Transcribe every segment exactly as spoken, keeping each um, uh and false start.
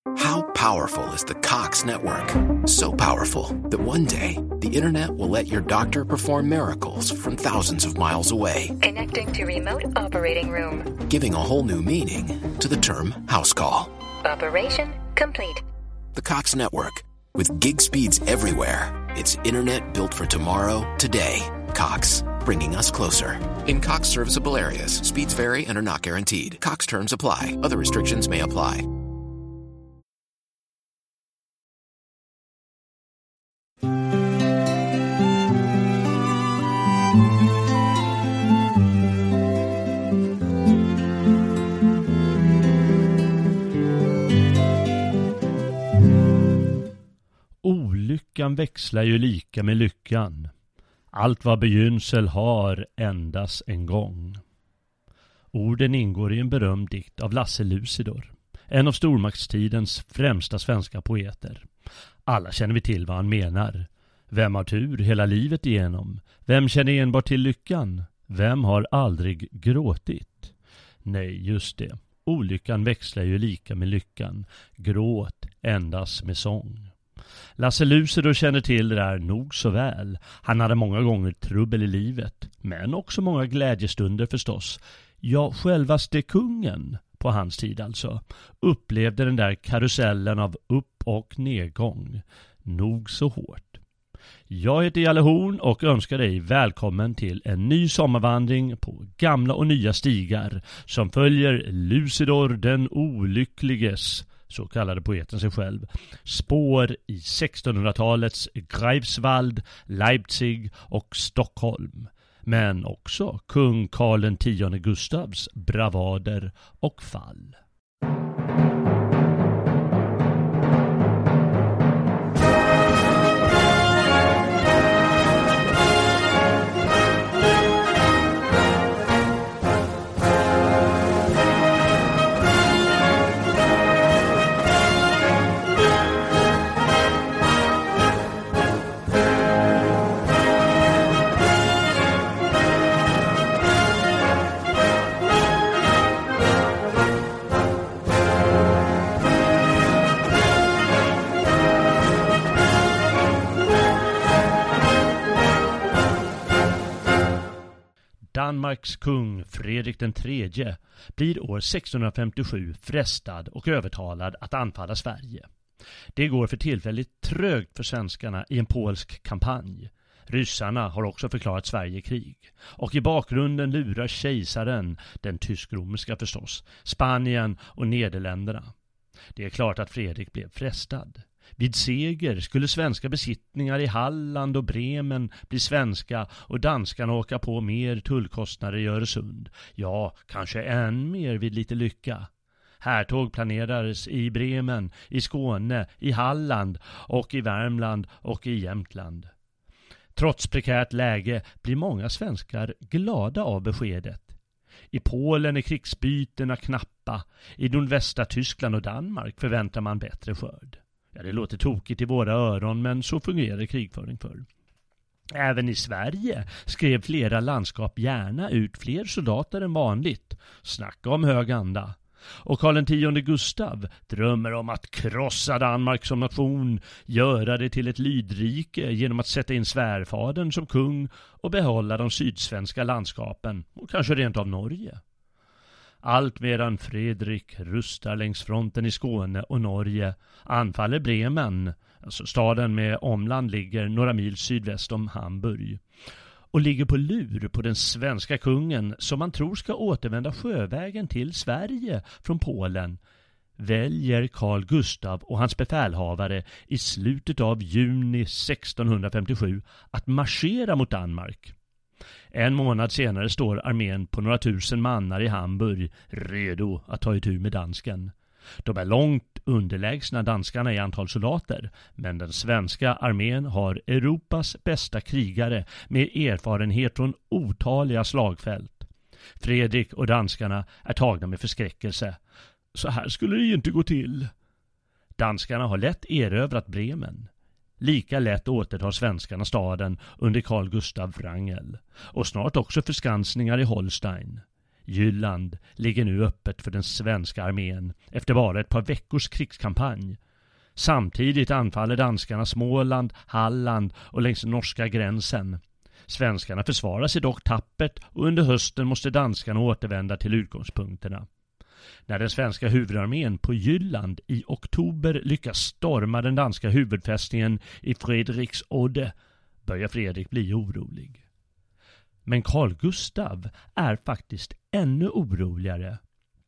How powerful is the Cox network? So powerful that one day, the internet will let your doctor perform miracles from thousands of miles away. Connecting to remote operating room. Giving a whole new meaning to the term house call. Operation complete. The Cox network. With gig speeds everywhere. It's internet built for tomorrow, today. Cox, bringing us closer. In Cox serviceable areas, speeds vary and are not guaranteed. Cox terms apply. Other restrictions may apply. Olyckan växlar ju lika med lyckan. Allt vad begynsel har ändas en gång. Orden ingår i en berömd dikt av Lasse Lucidor, en av stormaktstidens främsta svenska poeter. Alla känner vi till vad han menar. Vem har tur hela livet igenom? Vem känner enbart till lyckan? Vem har aldrig gråtit? Nej, just det. Olyckan växlar ju lika med lyckan. Gråt ändas med sång. Lasse Lucidor känner till det där nog så väl. Han hade många gånger trubbel i livet, men också många glädjestunder förstås. Ja, självaste kungen, på hans tid alltså, upplevde den där karusellen av upp- och nedgång nog så hårt. Jag heter Jalle Horn och önskar dig välkommen till en ny sommarvandring på gamla och nya stigar som följer Lucidor den olyckliges, så kallade poeten sig själv, spår i sextonhundratalets Greifswald, Leipzig och Stockholm. Men också kung Karl den tionde Gustavs bravader och fall. Danmarks kung Fredrik den tredje blir år sextonhundrafemtiosju frestad och övertalad att anfalla Sverige. Det går för tillfället trögt för svenskarna i en polsk kampanj. Ryssarna har också förklarat Sverige krig. Och i bakgrunden lurar kejsaren, den tysk-romerska förstås, Spanien och Nederländerna. Det är klart att Fredrik blev frestad. Vid seger skulle svenska besittningar i Halland och Bremen bli svenska och danskarna åka på mer tullkostnader i Öresund. Ja, kanske än mer vid lite lycka. Härtåg planerades i Bremen, i Skåne, i Halland och i Värmland och i Jämtland. Trots prekärt läge blir många svenskar glada av beskedet. I Polen är krigsbytena knappa. I nordvästra Tyskland och Danmark förväntar man bättre skörd. Ja, det låter tokigt i våra öron, men så fungerar krigföring för. Även i Sverige skrev flera landskap gärna ut fler soldater än vanligt. Snacka om hög anda. Och Karl den tionde Gustav drömmer om att krossa Danmark som nation, göra det till ett lydrike genom att sätta in svärfadern som kung och behålla de sydsvenska landskapen och kanske rent av Norge. Allt medan Fredrik rustar längs fronten i Skåne och Norge anfaller Bremen, alltså staden med omland ligger några mil sydväst om Hamburg, och ligger på lur på den svenska kungen som man tror ska återvända sjövägen till Sverige från Polen, väljer Carl Gustav och hans befälhavare i slutet av juni sextonhundrafemtiosju att marschera mot Danmark. En månad senare står armén på några tusen mannar i Hamburg redo att ta itu med dansken. De är långt underlägsna danskarna i antal soldater, men den svenska armén har Europas bästa krigare med erfarenhet från otaliga slagfält. Fredrik och danskarna är tagna med förskräckelse. Så här skulle det ju inte gå till. Danskarna har lätt erövrat Bremen. Lika lätt återtar svenskarna staden under Carl Gustav Wrangel och snart också förskansningar i Holstein. Jylland ligger nu öppet för den svenska armén efter bara ett par veckors krigskampanj. Samtidigt anfaller danskarna Småland, Halland och längs norska gränsen. Svenskarna försvarar sig dock tappert och under hösten måste danskarna återvända till utgångspunkterna. När den svenska huvudarmén på Jylland i oktober lyckas storma den danska huvudfästningen i Fredriksodde börjar Fredrik bli orolig. Men Carl Gustaf är faktiskt ännu oroligare.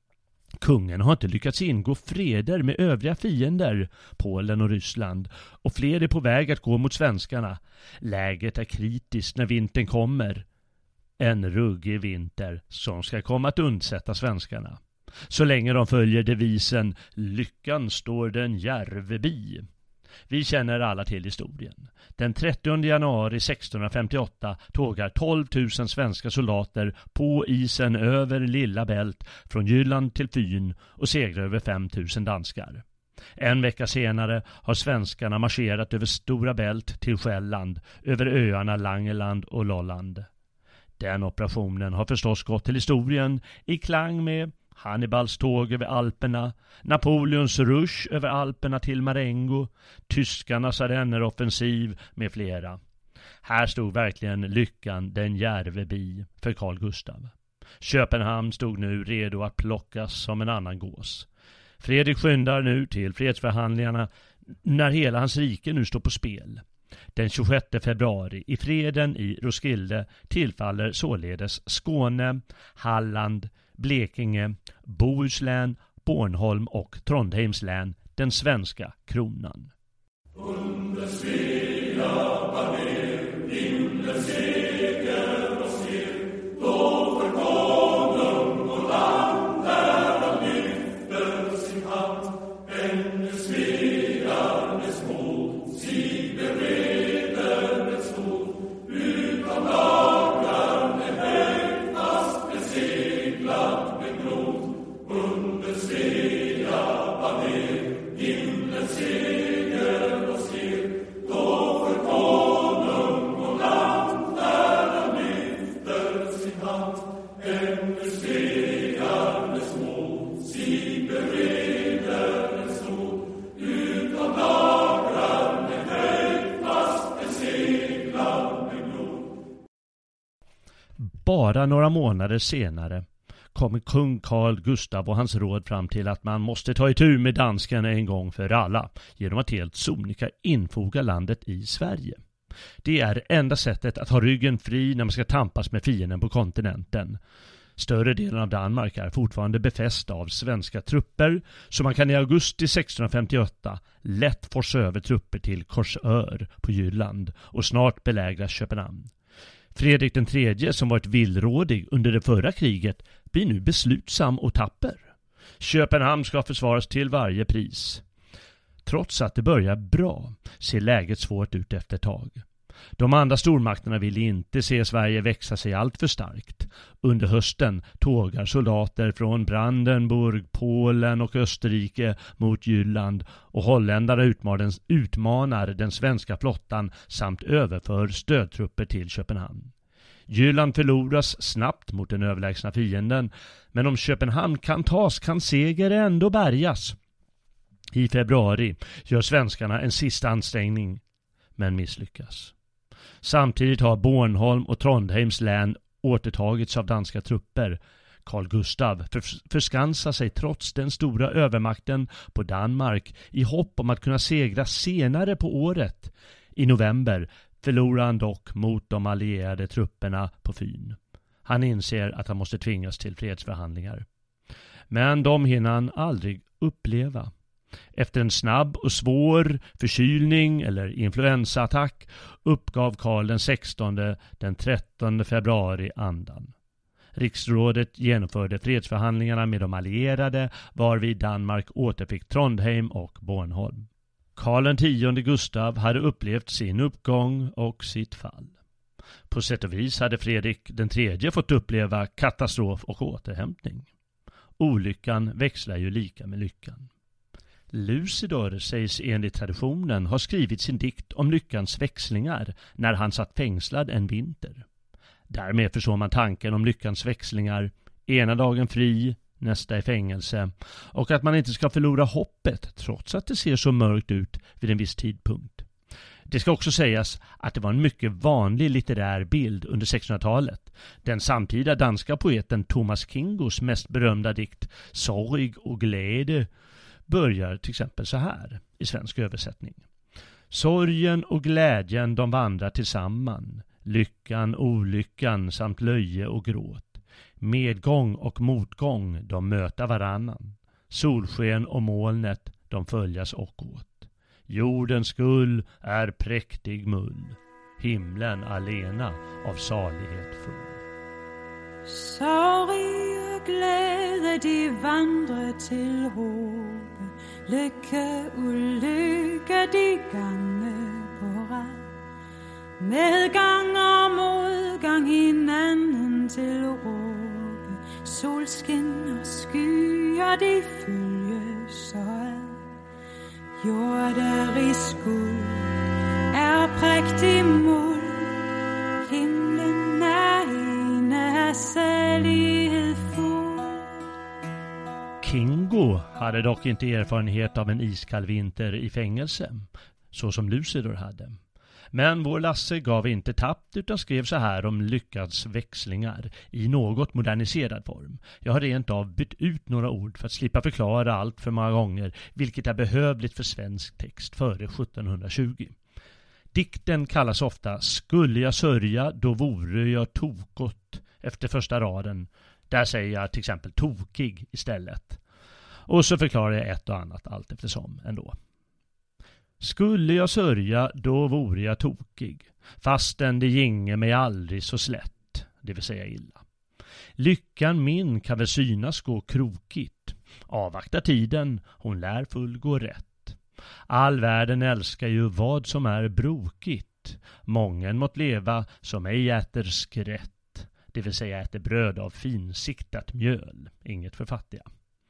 Kungen har inte lyckats ingå freder med övriga fiender, Polen och Ryssland, och fler är på väg att gå mot svenskarna. Läget är kritiskt när vintern kommer. En ruggig vinter som ska komma att undsätta svenskarna. Så länge de följer devisen "Lyckan står den järve bi". Vi känner alla till historien. Den trettionde januari sextonhundrafemtioåtta tågar tolv tusen svenska soldater på isen över Lilla Bält från Jylland till Fyn och segrar över fem tusen danskar. En vecka senare har svenskarna marscherat över Stora Bält till Själland, över öarna Langeland och Lolland. Den operationen har förstås gått till historien i klang med Hannibals tåg över Alperna, Napoleons rush över Alperna till Marengo, tyskarnas ardenneroffensiv med flera. Här stod verkligen lyckan den järve bi för Carl Gustaf. Köpenhamn stod nu redo att plockas som en annan gås. Fredrik skyndar nu till fredsförhandlingarna när hela hans rike nu står på spel. Den tjugosjätte februari i freden i Roskilde tillfaller således Skåne, Halland, Blekinge, Bohuslän, Bornholm och Trondheims län den svenska kronan. Under Svea baner, himlen seger och ser, då för konung och land där han lyfter sin hand. Ännu svear med små, sig bereder ett stort, utan dagar med höjd fast beseglad med blod. Under Svea baner, himlen seger och ser, då för konung och land där han lyfter sin hand. Ännu svear med små, sig bereder en stor, utan lagrar med höjd fast beseglad med blod. Bara några månader senare kommer kung Carl Gustaf och hans råd fram till att man måste ta itu med danskarna en gång för alla genom att helt sonika infoga landet i Sverige. Det är enda sättet att ha ryggen fri när man ska tampas med fienden på kontinenten. Större delen av Danmark är fortfarande befäst av svenska trupper, så man kan i augusti sextonhundrafemtioåtta lätt forsa över trupper till Korsör på Jylland och snart belägra Köpenhamn. Fredrik den tredje, som varit villrådig under det förra kriget, blir nu beslutsam och tapper. Köpenhamn ska försvaras till varje pris. Trots att det börjar bra ser läget svårt ut efter ett tag. De andra stormakterna vill inte se Sverige växa sig allt för starkt. Under hösten tågar soldater från Brandenburg, Polen och Österrike mot Jylland och holländare utmanar, utmanar den svenska flottan samt överför stödtrupper till Köpenhamn. Jylland förloras snabbt mot den överlägsna fienden, men om Köpenhamn kan tas kan seger ändå bärgas. I februari gör svenskarna en sista ansträngning, men misslyckas. Samtidigt har Bornholm och Trondheims län återtagits av danska trupper. Carl Gustaf förskansar sig trots den stora övermakten på Danmark i hopp om att kunna segra senare på året. I november förlorar han dock mot de allierade trupperna på Fyn. Han inser att han måste tvingas till fredsförhandlingar. Men de hinner han aldrig uppleva. Efter en snabb och svår förkylning eller influensaattack uppgav Karl den sextonde den trettonde februari andan. Riksrådet genomförde fredsförhandlingarna med de allierade, varvid Danmark återfick Trondheim och Bornholm. Karl den tionde Gustav hade upplevt sin uppgång och sitt fall. På sätt och vis hade Fredrik den tredje fått uppleva katastrof och återhämtning. Olyckan växlar ju lika med lyckan. Lucidor sägs enligt traditionen ha skrivit sin dikt om lyckans växlingar när han satt fängslad en vinter. Därmed förstår man tanken om lyckans växlingar Ena dagen fri, nästa i fängelse, och att man inte ska förlora hoppet trots att det ser så mörkt ut vid en viss tidpunkt. Det ska också sägas att det var en mycket vanlig litterär bild under sextonhundratalet. Den samtida danska poeten Thomas Kingos mest berömda dikt Sorg och glädje börjar till exempel så här i svensk översättning. Sorgen och glädjen de vandrar tillsammans, lyckan, olyckan samt löje och gråt. Medgång och motgång de möta varannan, solsken och molnet de följas och åt. Jordens skull är präktig mull, himlen alena av salighet full. Sorg och glädje de vandrer till håb, lycka och lycka de gange på rad. Medgang og modgang hinanden til råbe, solskin og skyer de følges og ad. Jord er i skuld, er prægtig muld, himlen er ene af salighed full. Kingo hade dock inte erfarenhet av en iskall vinter i fängelse, så som Lucidor hade. Men vår Lasse gav inte tappt utan skrev så här om lyckats växlingar i något moderniserad form. Jag har rent av bytt ut några ord för att slippa förklara allt för många gånger, vilket är behövligt för svensk text före sjuttonhundratjugo. Dikten kallas ofta Skulle jag sörja, då vore jag tokott efter första raden. Där säger jag till exempel tokig istället. Och så förklarar jag ett och annat allt eftersom ändå. Skulle jag sörja, då vore jag tokig, fastän det ginge mig aldrig så slätt, det vill säga illa. Lyckan min kan väl synas gå krokigt, avvakta tiden, hon lär fullgå rätt. All världen älskar ju vad som är brokigt, mången mått leva som ej äter skrätt, det vill säga äter bröd av finsiktat mjöl, inget för fattiga.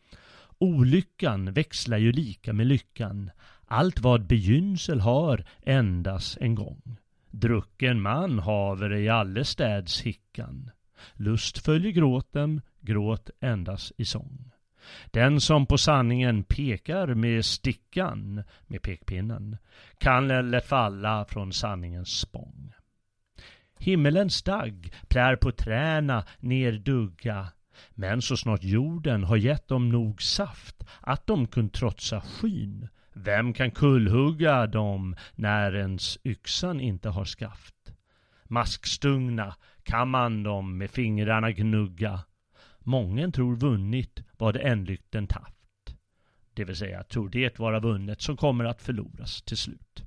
Olyckan växlar ju lika med lyckan, allt vad begynsel har ändas en gång. Drucken man haver i allestäds hickan, lust följer gråten, gråt endast i sång. Den som på sanningen pekar med stickan, med pekpinnen, kan lätt falla från sanningens spång. Himmelens dagg plär på träna ner dugga, men så snart jorden har gett dem nog saft att de kun trotsa skyn, vem kan kullhugga dem när ens yxan inte har skaft? Maskstungna kan man dem med fingrarna gnugga, mången tror vunnit vad det änlykten taft, det vill säga tror det vara vunnet som kommer att förloras till slut.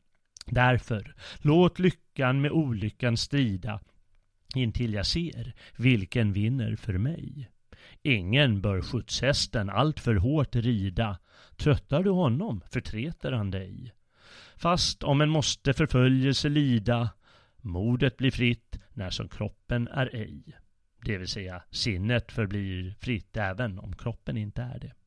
Därför, låt lyckan med olyckan strida, intill jag ser vilken vinner för mig. Ingen bör skjutshästen allt för hårt rida, tröttar du honom förtreter han dig. Fast om en måste förföljelse lida, modet blir fritt när som kroppen är ej. Det vill säga sinnet förblir fritt även om kroppen inte är det.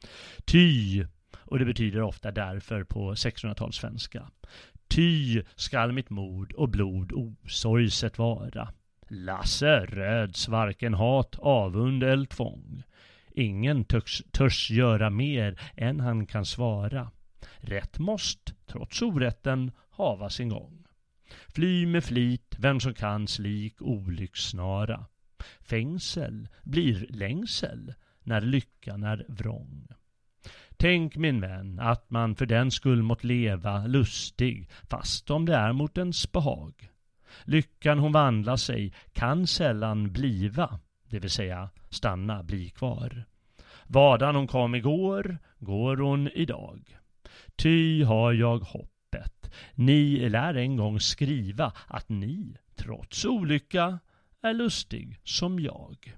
Ty, och det betyder ofta därför på sextonhundratalssvenska, ty skall mitt mod och blod osorgset vara. Lasse röds varken hat, avund eller tvång. Ingen törs, törs göra mer än han kan svara. Rätt måste, trots orätten, hava sin gång. Fly med flit, vem som kan slik olyckssnara. Fängsel blir längsel när lyckan är vrång. Tänk min vän att man för den skull mått leva lustig, fast om det är mot ens behag. Lyckan hon vandlar sig kan sällan bliva, det vill säga stanna, bli kvar. Vadan hon kom igår, går hon idag. Ty har jag hoppet, ni lär en gång skriva att ni, trots olycka, är lustig som jag.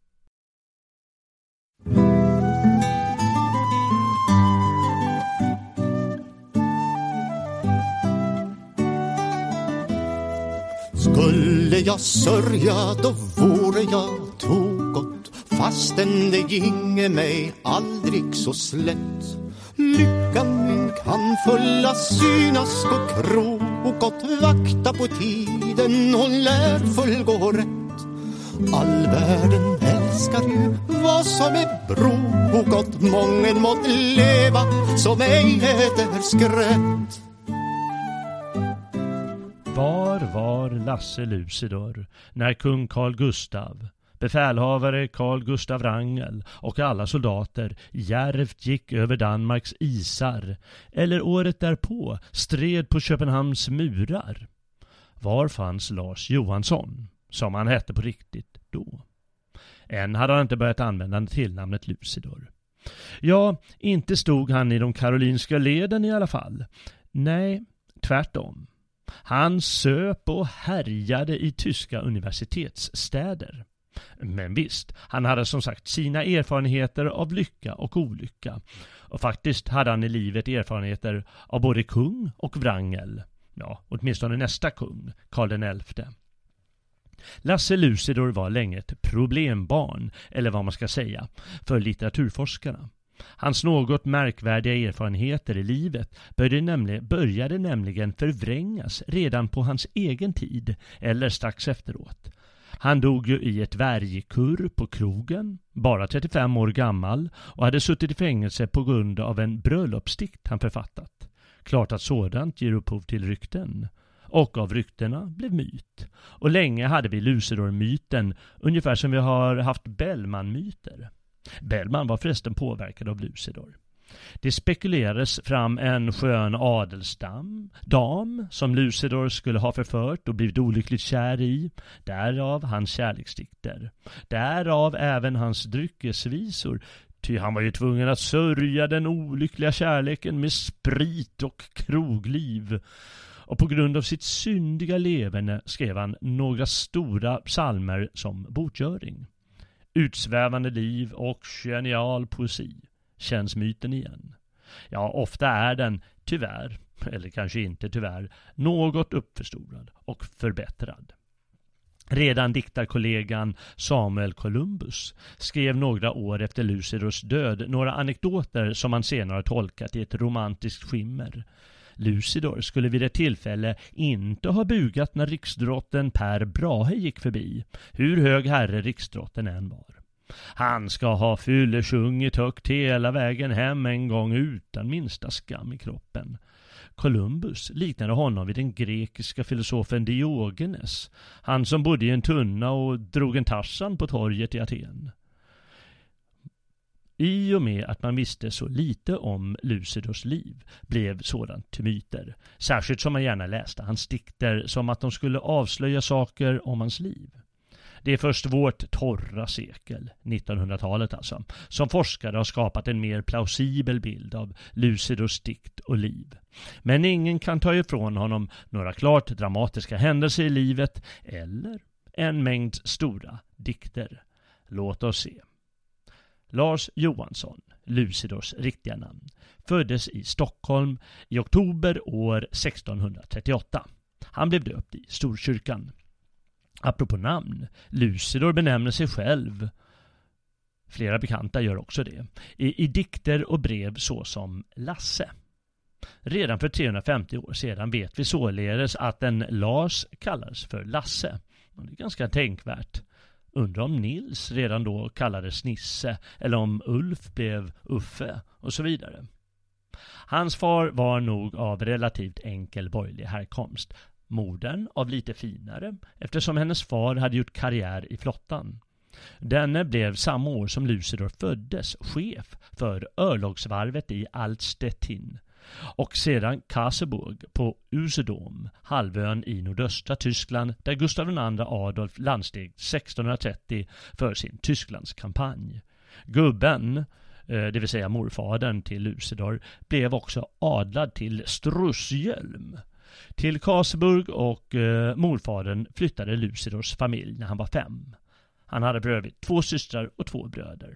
Skulle jag sörja, då vore jag tokott, fastän det ginge mig aldrig så slätt. Lyckan min kan fulla synas gå krokott, vakta på tiden och lär fullgå rätt. all världen älskar ju vad som är bro och gott mången mått leva som ej äter skrätt. Var var Lasse Lucidor när kung Carl Gustav, befälhavare Carl Gustav Wrangel och alla soldater djärvt gick över Danmarks isar eller året därpå stred på Köpenhamns murar? Var fanns Lars Johansson, som han hette på riktigt då? Än hade han inte börjat använda tillnamnet Lucidor. Ja, inte stod han i de karolinska leden i alla fall. Nej, tvärtom. Han söp och härjade i tyska universitetsstäder. Men visst, han hade som sagt sina erfarenheter av lycka och olycka. Och faktiskt hade han i livet erfarenheter av både kung och Wrangel. Ja, åtminstone nästa kung, Karl den elfte. Lasse Lucidor var länge ett problembarn, eller vad man ska säga, för litteraturforskarna. Hans något märkvärdiga erfarenheter i livet började nämligen, började nämligen förvrängas redan på hans egen tid, eller strax efteråt. Han dog ju i ett värjkurr på krogen, bara trettiofem år gammal, och hade suttit i fängelse på grund av en bröllopsdikt han författat. Klart att sådant ger upphov till rykten. Och av ryktena blev myt. Och länge hade vi Lucidor-myten, ungefär som vi har haft Bellman-myter. Bellman var förresten påverkad av Lucidor. Det spekulerades fram en skön adelsdam, dam som Lucidor skulle ha förfört och blivit olyckligt kär i. Därav hans kärleksdikter. Därav även hans dryckesvisor. Ty han var ju tvungen att sörja den olyckliga kärleken med sprit och krogliv. Och på grund av sitt syndiga leverne skrev han några stora psalmer som botgöring. Utsvävande liv och genial poesi. Känns myten igen? Ja, ofta är den tyvärr, eller kanske inte tyvärr, något uppförstorad och förbättrad. Redan diktarkollegan Samuel Columbus skrev några år efter Lucidors död några anekdoter som han senare tolkat i ett romantiskt skimmer. Lucidor skulle vid ett tillfälle inte ha bugat när riksdrotten Per Brahe gick förbi, hur hög herre riksdrotten än var. Han ska ha fyllesjungit högt hela vägen hem en gång utan minsta skam i kroppen. Columbus liknade honom vid den grekiska filosofen Diogenes, han som bodde i en tunna och drog en tarsan på torget i Aten. I och med att man visste så lite om Lucidors liv blev sådant till myter, särskilt som man gärna läste hans dikter som att de skulle avslöja saker om hans liv. Det är först vårt torra sekel, nittonhundratalet alltså, som forskare har skapat en mer plausibel bild av Lucidors dikt och liv. Men ingen kan ta ifrån honom några klart dramatiska händelser i livet eller en mängd stora dikter. Låt oss se. Lars Johansson, Lucidors riktiga namn, föddes i Stockholm i oktober år sextonhundratrettioåtta. Han blev döpt i Storkyrkan. Apropå namn, Lucidor benämner sig själv. Flera bekanta gör också det. I, i dikter och brev så som Lasse. Redan för trehundrafemtio år sedan vet vi således att en Lars kallades för Lasse. Och det är ganska tänkvärt. Undrar om Nils redan då kallades Nisse eller om Ulf blev Uffe och så vidare. Hans far var nog av relativt enkel borgerlig härkomst. Modern av lite finare eftersom hennes far hade gjort karriär i flottan. Denne blev samma år som Lucidor föddes chef för örlogsvarvet i Altstettin och sedan Kaseburg på Usedom, halvön i nordöstra Tyskland där Gustav den andre Adolf landsteg sextonhundratrettio för sin Tysklandskampanj. Gubben, det vill säga morfadern till Lucidor, blev också adlad till Strusshjälm. Till Kaseburg och eh, morfadern flyttade Lucidors familj när han var fem. Han hade brödigt två systrar och två bröder.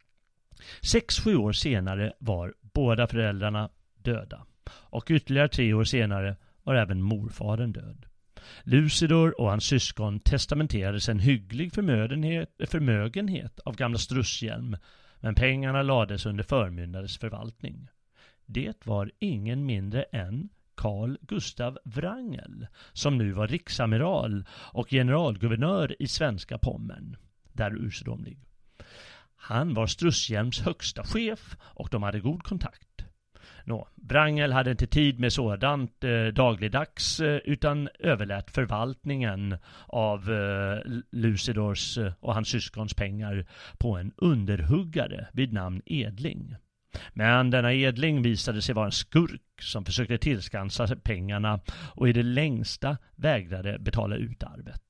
Sex, sju år senare var båda föräldrarna döda. Och ytterligare tre år senare var även morfadern död. Lucidor och hans syskon testamenterades en hygglig förmögenhet, förmögenhet av gamla Strusshjälm, men pengarna lades under förmyndares förvaltning. Det var ingen mindre än Carl Gustav Wrangel, som nu var riksamiral och generalguvernör i svenska Pommern, där Usedom ligger. Han var Strusshjelms högsta chef och de hade god kontakt. Nå, Wrangel hade inte tid med sådant eh, dagligdags eh, utan överlät förvaltningen av eh, Lucidors eh, och hans syskons pengar på en underhuggare vid namn Edling. Men denna Edling visade sig vara en skurk som försökte tillskansa sig pengarna och i det längsta vägrade betala ut arvet.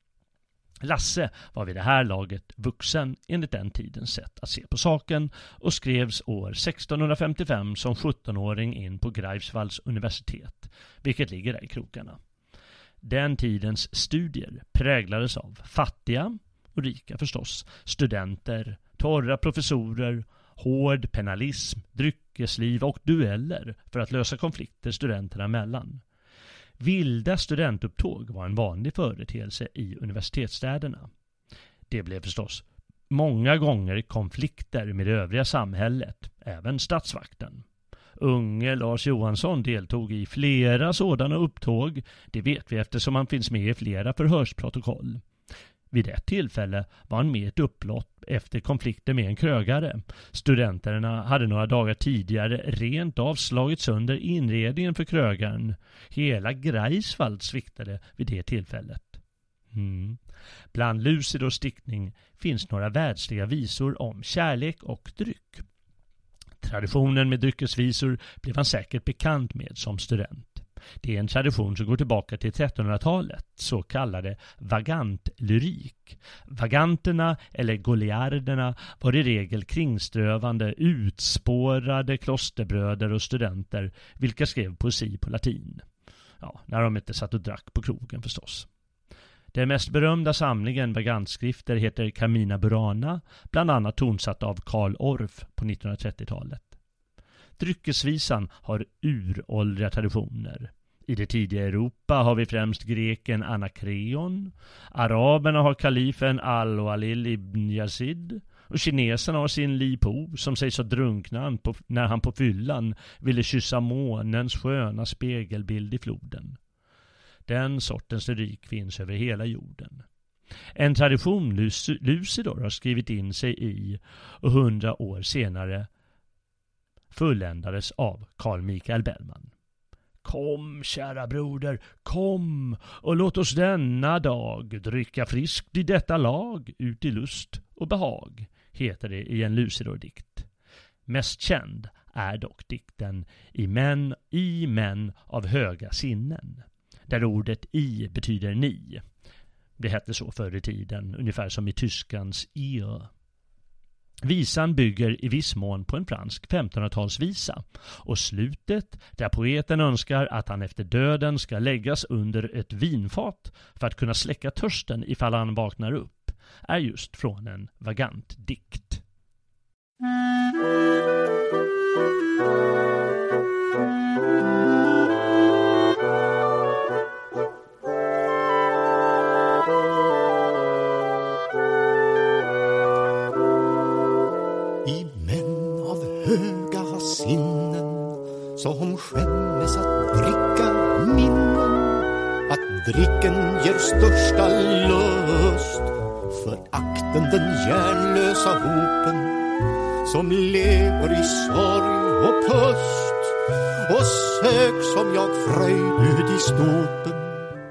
Lasse var vid det här laget vuxen enligt den tidens sätt att se på saken och skrevs år sextonhundrafemtiofem som sjuttonåring in på Greifswalds universitet, vilket ligger där i krokarna. Den tidens studier präglades av fattiga och rika förstås, studenter, torra professorer, hård penalism, dryckesliv och dueller för att lösa konflikter studenterna emellan. Vilda studentupptåg var en vanlig företeelse i universitetsstäderna. Det blev förstås många gånger konflikter med det övriga samhället, även statsvakten. Unge Lars Johansson deltog i flera sådana upptåg, det vet vi eftersom han finns med i flera förhörsprotokoll. Vid ett tillfälle var han med ett upplopp efter konflikter med en krögare. Studenterna hade några dagar tidigare rent av slagit sönder inredningen för krögaren. Hela Greifswald sviktade vid det tillfället. Mm. Bland Lucidors diktning finns några världsliga visor om kärlek och dryck. Traditionen med dryckesvisor blev han säkert bekant med som student. Det är en tradition som går tillbaka till trettonhundratalet, så kallade vagantlyrik. Vaganterna eller goliarderna var i regel kringströvande, utspårade klosterbröder och studenter, vilka skrev poesi på latin. Ja, när de inte satt och drack på krogen förstås. Den mest berömda samlingen vagantskrifter heter Carmina Burana, bland annat tonsatt av Karl Orff på nittonhundratrettiotalet. Dryckesvisan har uråldriga traditioner. I det tidiga Europa har vi främst greken Anakreon, araberna har kalifen Al-Walid ibn Yazid och kineserna har sin Li Po som sägs ha drunknat på, när han på fyllan ville kyssa månens sköna spegelbild i floden. Den sortens lyrik finns över hela jorden. En tradition Lucidor har skrivit in sig i och hundra år senare fulländades av Carl Michael Bellman. Kom, kära broder, kom och låt oss denna dag drycka friskt i detta lag ut i lust och behag, heter det i en Lucidor-dikt. Mest känd är dock dikten I män, i män av höga sinnen, där ordet i betyder ni. Det hette så förr i tiden, ungefär som i tyskans ihr. Visan bygger i viss mån på en fransk femtonhundratalsvisa och slutet, där poeten önskar att han efter döden ska läggas under ett vinfat för att kunna släcka törsten ifall han vaknar upp, är just från en vagantdikt. Höga sinnen som skämmes att dricka minnen, att dricken ger största lust, förakten den hjärnlösa hopen som lever i sorg och pust och sök som jag fröjd ut i stopen.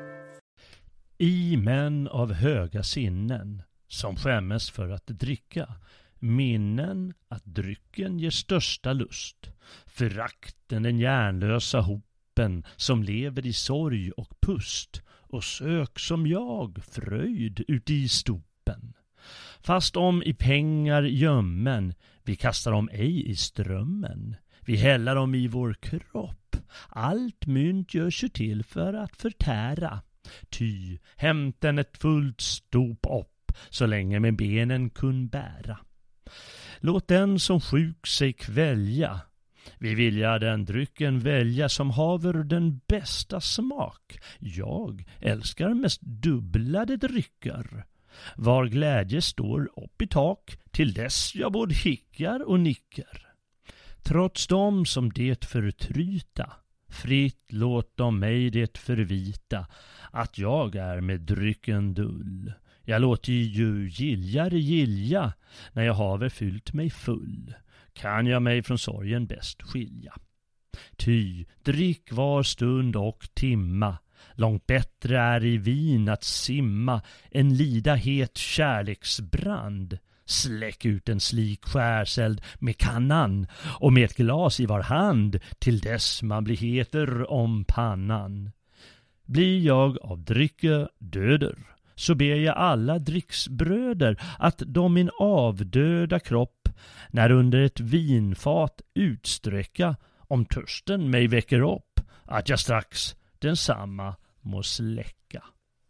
I män av höga sinnen som skämmes för att dricka, minnen att drycken ger största lust, förakten den hjärnlösa hopen som lever i sorg och pust och sök som jag fröjd ut i stopen. Fast om i pengar gömmen, vi kastar dem ej i strömmen, vi häller dem i vår kropp, allt mynt görs ju till för att förtära, ty hämten ett fullt stop upp så länge med benen kun bära. Låt den som sjuk sig kvälja, vi vilja den drycken välja som haver den bästa smak. Jag älskar mest dubblade drycker, var glädje står upp i tak till dess jag både hickar och nickar. Trots dem som det förtryta, fritt låt de mig det förvita, att jag är med drycken dull. Jag låter ju giljare gilja, när jag haver fyllt mig full. Kan jag mig från sorgen bäst skilja. Ty, drick var stund och timma, långt bättre är i vin att simma, en lida het kärleksbrand. Släck ut en slik skärseld med kannan, och med ett glas i var hand, till dess man blir heter om pannan. Blir jag av drycke döder, så ber jag alla dricksbröder att de min avdöda kropp, när under ett vinfat utsträcka, om törsten mig väcker upp, att jag strax densamma må släcka.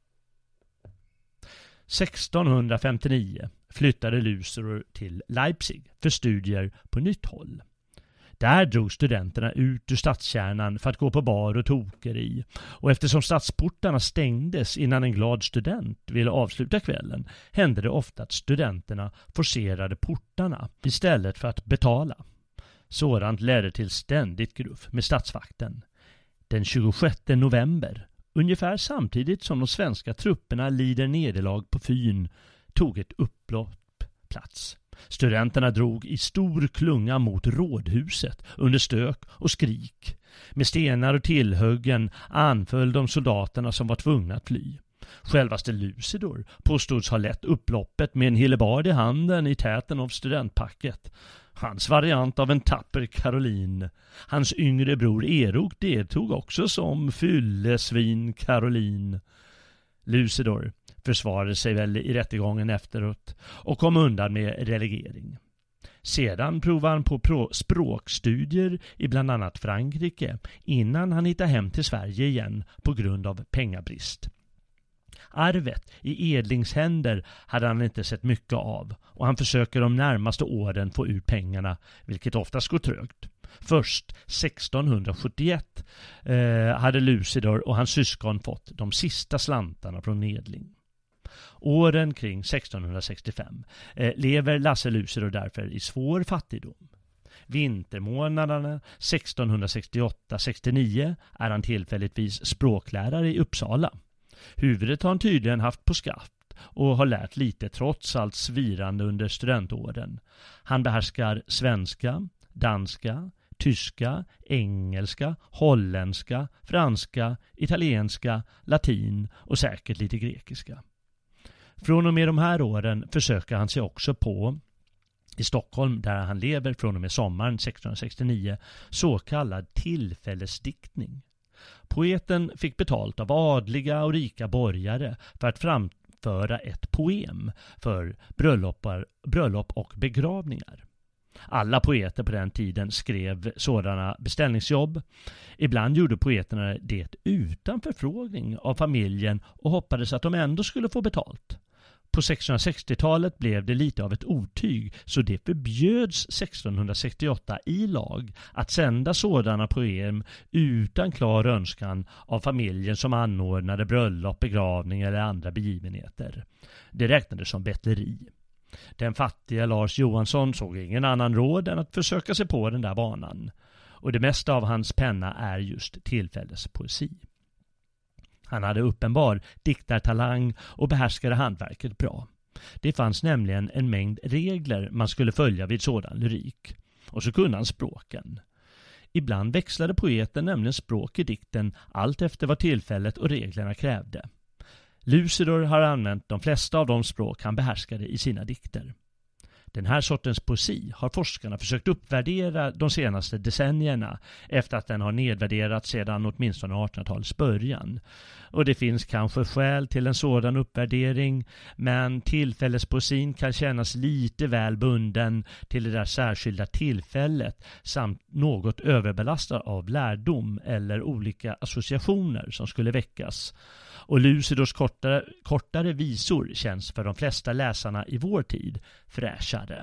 sextonhundrafemtionio flyttade Luther till Leipzig för studier på nytt håll. Där drog studenterna ut ur stadskärnan för att gå på bar och tokeri, och eftersom stadsportarna stängdes innan en glad student ville avsluta kvällen, hände det ofta att studenterna forcerade portarna istället för att betala. Sådant ledde till ständigt gruff med stadsvakten. Den tjugosjätte november, ungefär samtidigt som de svenska trupperna lider nederlag på Fyn, tog ett upplopp plats. Studenterna drog i stor klunga mot rådhuset under stök och skrik. Med stenar och tillhuggen anföll de soldaterna som var tvungna att fly. Självaste Lucidor påstods ha lett upploppet med en hillebard i handen i täten av studentpacket. Hans variant av en tapper Karolin. Hans yngre bror Erok deltog också som fyllesvin Karolin. Lucidor försvarade sig väl i rättegången efteråt och kom undan med relegering. Sedan provade han på språkstudier i bland annat Frankrike innan han hittade hem till Sverige igen på grund av pengabrist. Arvet i edlingshänder hade han inte sett mycket av, och han försöker de närmaste åren få ut pengarna, vilket oftast går trögt. Först sextonhundrasjuttioett eh, hade Lucidor och hans syskon fått de sista slantarna från edling. Åren kring sextonhundrasextiofem eh, lever Lasse Lucidor därför i svår fattigdom. Vintermånaderna sextonhundrasextioåtta sextionio är han tillfälligtvis språklärare i Uppsala. Huvudet har han tydligen haft på skaft och har lärt lite trots allt svirande under studentåren. Han behärskar svenska, danska, tyska, engelska, holländska, franska, italienska, latin och säkert lite grekiska. Från och med de här åren försöker han sig också på, i Stockholm där han lever från och med sommaren sextonhundrasextionio, så kallad tillfällesdiktning. Poeten fick betalt av adliga och rika borgare för att framföra ett poem för bröllopar, bröllop och begravningar. Alla poeter på den tiden skrev sådana beställningsjobb. Ibland gjorde poeterna det utan förfrågning av familjen och hoppades att de ändå skulle få betalt. På sextonhundrasextiotalet blev det lite av ett otyg, så det förbjöds sextonhundrasextioåtta i lag att sända sådana poem utan klar önskan av familjen som anordnade bröllop, begravning eller andra begivenheter. Det räknades som bettleri. Den fattiga Lars Johansson såg ingen annan råd än att försöka sig på den där banan. Och det mesta av hans penna är just tillfällespoesi. Han hade uppenbar diktartalang och behärskade hantverket bra. Det fanns nämligen en mängd regler man skulle följa vid sådan lyrik. Och så kunde han språken. Ibland växlade poeten nämligen språk i dikten allt efter vad tillfället och reglerna krävde. Lucidor har använt de flesta av de språk han behärskade i sina dikter. Den här sortens poesi har forskarna försökt uppvärdera de senaste decennierna efter att den har nedvärderats sedan åtminstone artonhundratalets början. Och det finns kanske skäl till en sådan uppvärdering, men tillfällespoesin kan kännas lite väl bunden till det där särskilda tillfället samt något överbelastad av lärdom eller olika associationer som skulle väckas. Och Lucidors kortare, kortare visor känns för de flesta läsarna i vår tid fräschare.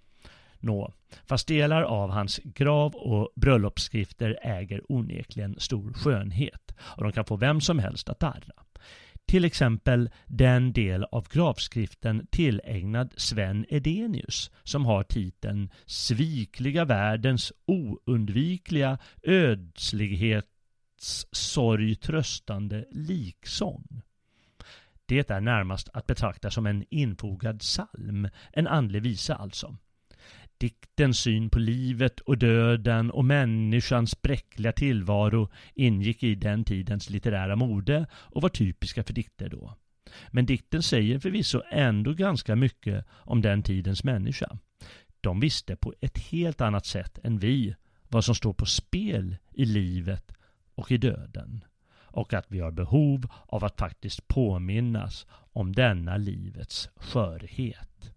Nå, fast delar av hans grav- och bröllopsskrifter äger onekligen stor skönhet och de kan få vem som helst att darra. Till exempel den del av gravskriften tillägnad Sven Edenius som har titeln Svikliga världens oundvikliga ödslighet livets sorg tröstande liksång. Det är närmast att betrakta som en infogad psalm, en andlig visa alltså. Diktens syn på livet och döden och människans bräckliga tillvaro ingick i den tidens litterära mode och var typiska för dikter då. Men dikten säger förvisso ändå ganska mycket om den tidens människa. De visste på ett helt annat sätt än vi vad som står på spel i livet och i döden. Och att vi har behov av att faktiskt påminnas om denna livets skörhet.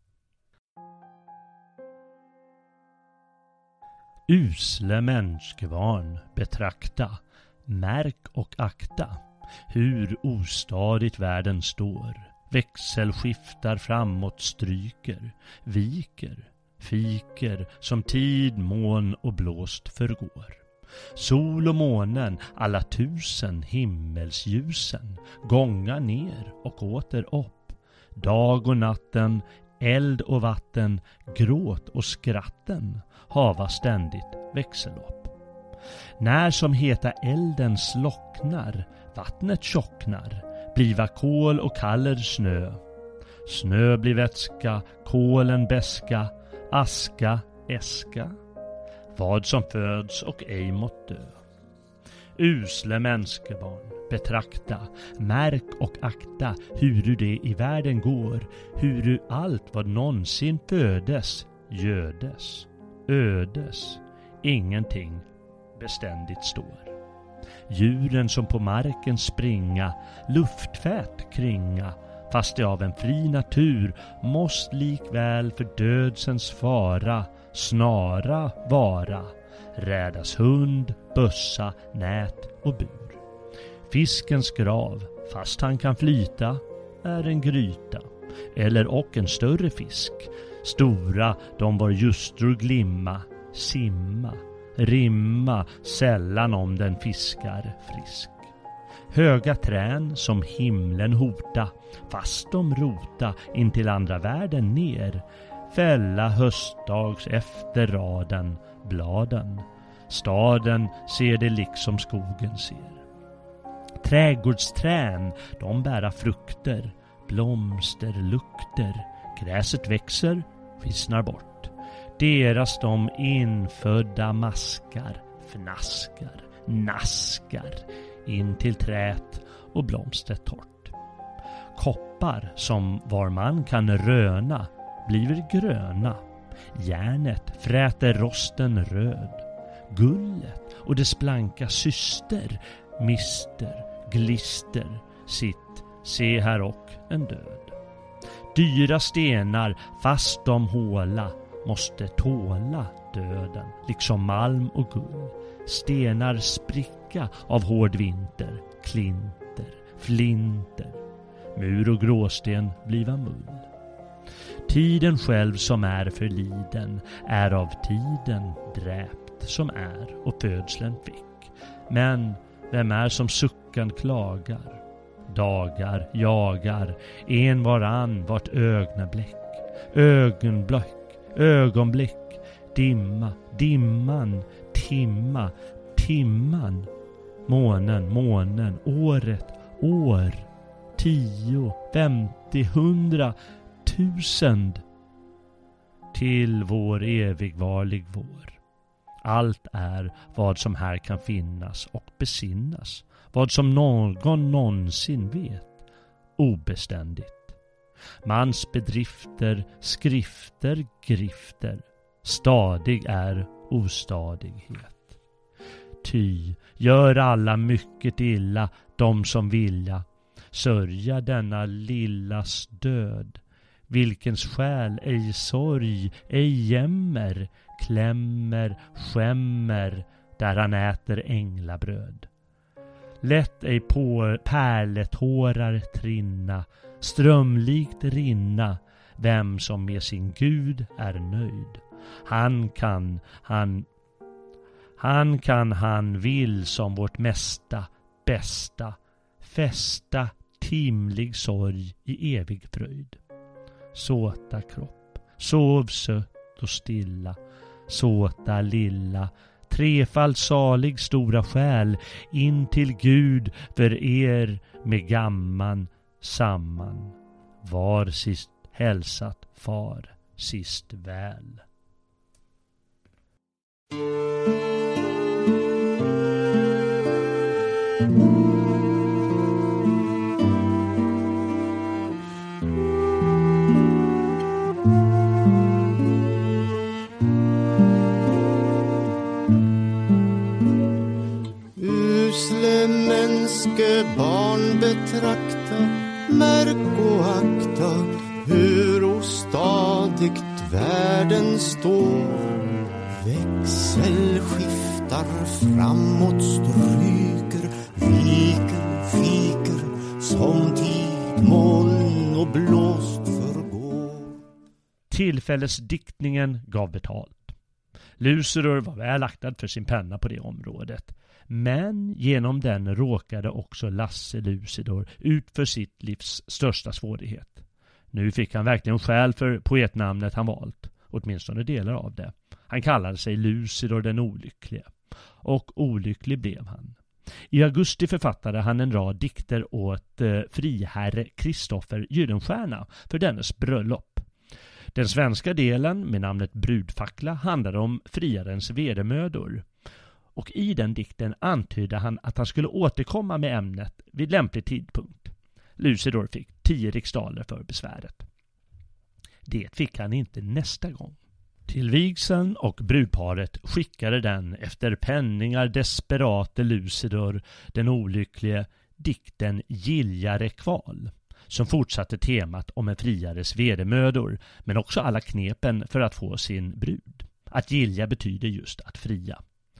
Usle mänskvarn betrakta, märk och akta, hur ostadigt världen står, växelskiftar framåt stryker, viker, fiker som tid, mån och blåst förgår. Sol och månen, alla tusen himmelsjusen, gånga ner och åter upp. Dag och natten, eld och vatten, gråt och skratten hava ständigt växellopp. När som heta elden slocknar, vattnet tjocknar, bliva kol och kaller snö. Snö blir vätska, kolen beska, aska, äska. Vad som föds och ej mått dö. Usle människebarn, betrakta, märk och akta huru det i världen går, huru allt vad någonsin födes, gödes, ödes, ingenting beständigt står. Djuren som på marken springa, luftfät kringa, fast det av en fri natur, måst likväl för dödsens fara snara vara, rädas hund, bössa, nät och bur. Fiskens grav, fast han kan flyta, är en gryta, eller och en större fisk. Stora, de var justror glimma, simma, rimma, sällan om den fiskar frisk. Höga trän som himlen hota, fast de rota in till andra världen ner, fälla höstdags efter raden bladen. Staden ser det liksom skogen ser. Trädgårdsträn, de bära frukter, blomster, lukter. Gräset växer, vissnar bort. Deras de infödda maskar, fnaskar, naskar in till trät och blomstret torrt. Koppar som var man kan röna bliver gröna. Järnet fräter rosten röd. Gullet och dess blanka syster mister, glister sitt, se här och en död. Dyra stenar fast de håla måste tåla döden, liksom malm och guld. Stenar spricka av hård vinter, klinter, flinter. Mur och gråsten bliva mull. Tiden själv som är förliden är av tiden dräpt som är och födslen fick. Men vem är som suckan klagar? Dagar jagar en varann vart ögnabläck. Ögonblick, ögonblick, dimma, dimman, timma, timman. Månen, månen, året, år. Tio, femtio, hundra, tusend. Till vår evigvarlig vår. Allt är vad som här kan finnas och besinnas. Vad som någon någonsin vet. Obeständigt. Mans bedrifter, skrifter, grifter. Stadig är ostadighet. Ty gör alla mycket illa, de som vilja. Sörja denna lillas död. Vilkens själ ej sorg, ej jämmer, klämmer, skämmer, där han äter änglabröd. Lätt ej på pärletårar trinna, strömlikt rinna, vem som med sin Gud är nöjd. Han kan, han, han kan, han vill som vårt mesta, bästa, fästa, timlig sorg i evig fröjd. Såta kropp, sov sött och stilla, såta lilla, trefalt salig stora själ, in till Gud för er med gamman samman. Var sist hälsat far, sist väl. Usle mänske barn betrakta, märk och akta hur ostadigt världen står. Växel skiftar framåt, stryker, viker, fiker, som tid, moln och blåst förgår. Tillfällesdiktningen gav betalt. Lucidor var väl aktad för sin penna på det området. Men genom den råkade också Lasse Lucidor ut för sitt livs största svårighet. Nu fick han verkligen skäl för poetnamnet han valt, åtminstone delar av det. Han kallade sig Lucidor den olycklige. Och olycklig blev han. I augusti författade han en rad dikter åt eh, friherre Kristoffer Gyllenstierna för dennes bröllop. Den svenska delen med namnet Brudfackla handlade om friarens vedermödor. Och i den dikten antydde han att han skulle återkomma med ämnet vid lämplig tidpunkt. Lucidor fick tio riksdaler för besväret. Det fick han inte nästa gång. Till vigseln och brudparet skickade den efter penningar desperate Lucidor den olycklige dikten Giljare kval, som fortsatte temat om en friares vedermödor, men också alla knepen för att få sin brud. Att gilja betyder just att fria.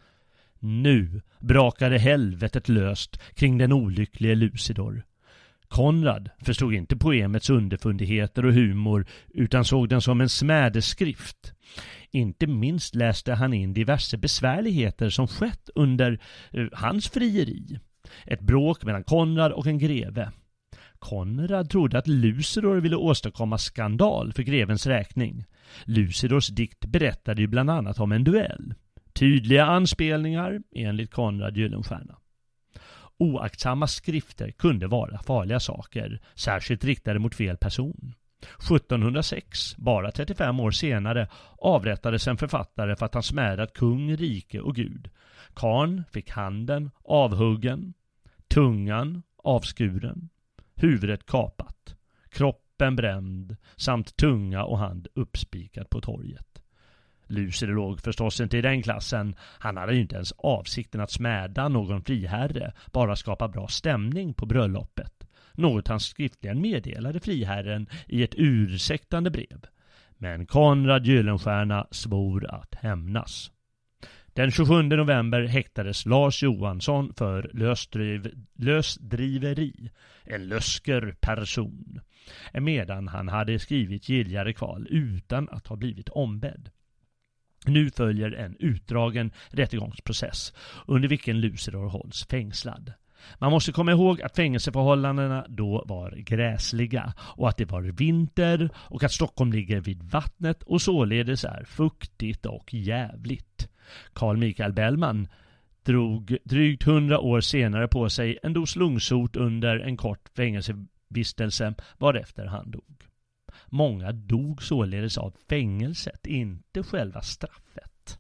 Nu brakade helvetet löst kring den olycklige Lucidor. Konrad förstod inte poemets underfundigheter och humor utan såg den som en smädeskrift. Inte minst läste han in diverse besvärligheter som skett under uh, hans frieri. Ett bråk mellan Konrad och en greve. Konrad trodde att Lucidor ville åstadkomma skandal för grevens räkning. Lucidors dikt berättade ju bland annat om en duell. Tydliga anspelningar enligt Konrad Gyllenstierna. Oaktsamma skrifter kunde vara farliga saker, särskilt riktade mot fel person. sjuttonhundrasex, bara trettiofem år senare, avrättades en författare för att han smädat kung, rike och gud. Karn fick handen avhuggen, tungan avskuren, huvudet kapat, kroppen bränd samt tunga och hand uppspikat på torget. Lucidor låg förstås inte i den klassen. Han hade ju inte ens avsikten att smäda någon friherre, bara skapa bra stämning på bröllopet. Något han skriftligen meddelade friherren i ett ursäktande brev. Men Konrad Gyllenstierna svor att hämnas. Den tjugosjunde november häktades Lars Johansson för lösdriv, lösdriveri, en lösker person, medan han hade skrivit Giljare kval utan att ha blivit ombedd. Nu följer en utdragen rättegångsprocess under vilken Lucidor hålls fängslad. Man måste komma ihåg att fängelseförhållandena då var gräsliga och att det var vinter och att Stockholm ligger vid vattnet och således är fuktigt och jävligt. Carl Michael Bellman drog drygt hundra år senare på sig en dos lungsot under en kort fängelsevistelse varefter han dog. Många dog således av fängelset, inte själva straffet.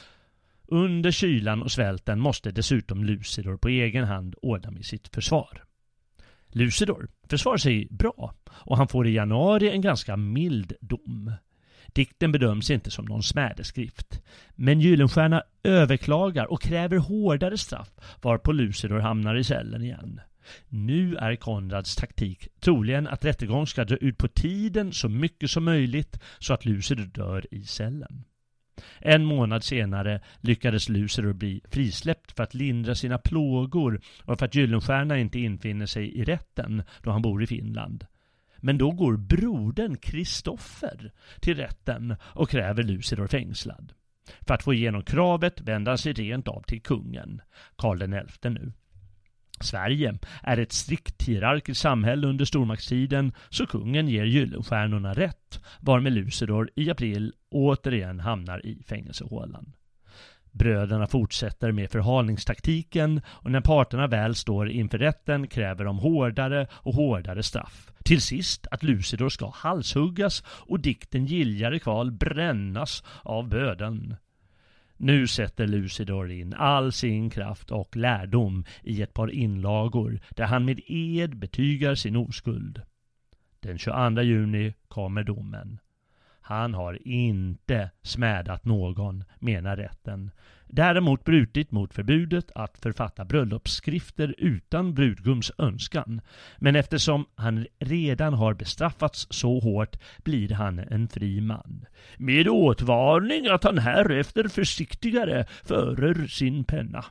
Under kylan och svälten måste dessutom Lucidor på egen hand ordna med sitt försvar. Lucidor försvarar sig bra och han får i januari en ganska mild dom. Dikten bedöms inte som någon smädeskrift, men Gyllenstierna överklagar och kräver hårdare straff varpå Lucidor hamnar i cellen igen. Nu är Konrads taktik troligen att rättegång ska dra ut på tiden så mycket som möjligt så att Lucidor dör i cellen. En månad senare lyckades Lucidor bli frisläppt för att lindra sina plågor och för att Gyllenstierna inte infinner sig i rätten då han bor i Finland. Men då går brodern Kristoffer till rätten och kräver Lucidor fängslad. För att få igenom kravet vänder han sig rent av till kungen, Karl den elfte nu. Sverige är ett strikt hierarkiskt samhälle under stormaktstiden, så kungen ger Gyllenstiernorna rätt, varmed Lucidor i april återigen hamnar i fängelsehålan. Bröderna fortsätter med förhalningstaktiken och när parterna väl står inför rätten kräver de hårdare och hårdare straff. Till sist att Lucidor ska halshuggas och dikten Giljare kval brännas av böden. Nu sätter Lucidor in all sin kraft och lärdom i ett par inlagor där han med ed betygar sin oskuld. Den tjugoandra juni kommer domen. Han har inte smädat någon, menar rätten. Däremot brutit mot förbudet att författa bröllopsskrifter utan brudgums önskan. Men eftersom han redan har bestraffats så hårt blir han en fri man. Med åtvarning att han härefter försiktigare förer sin penna.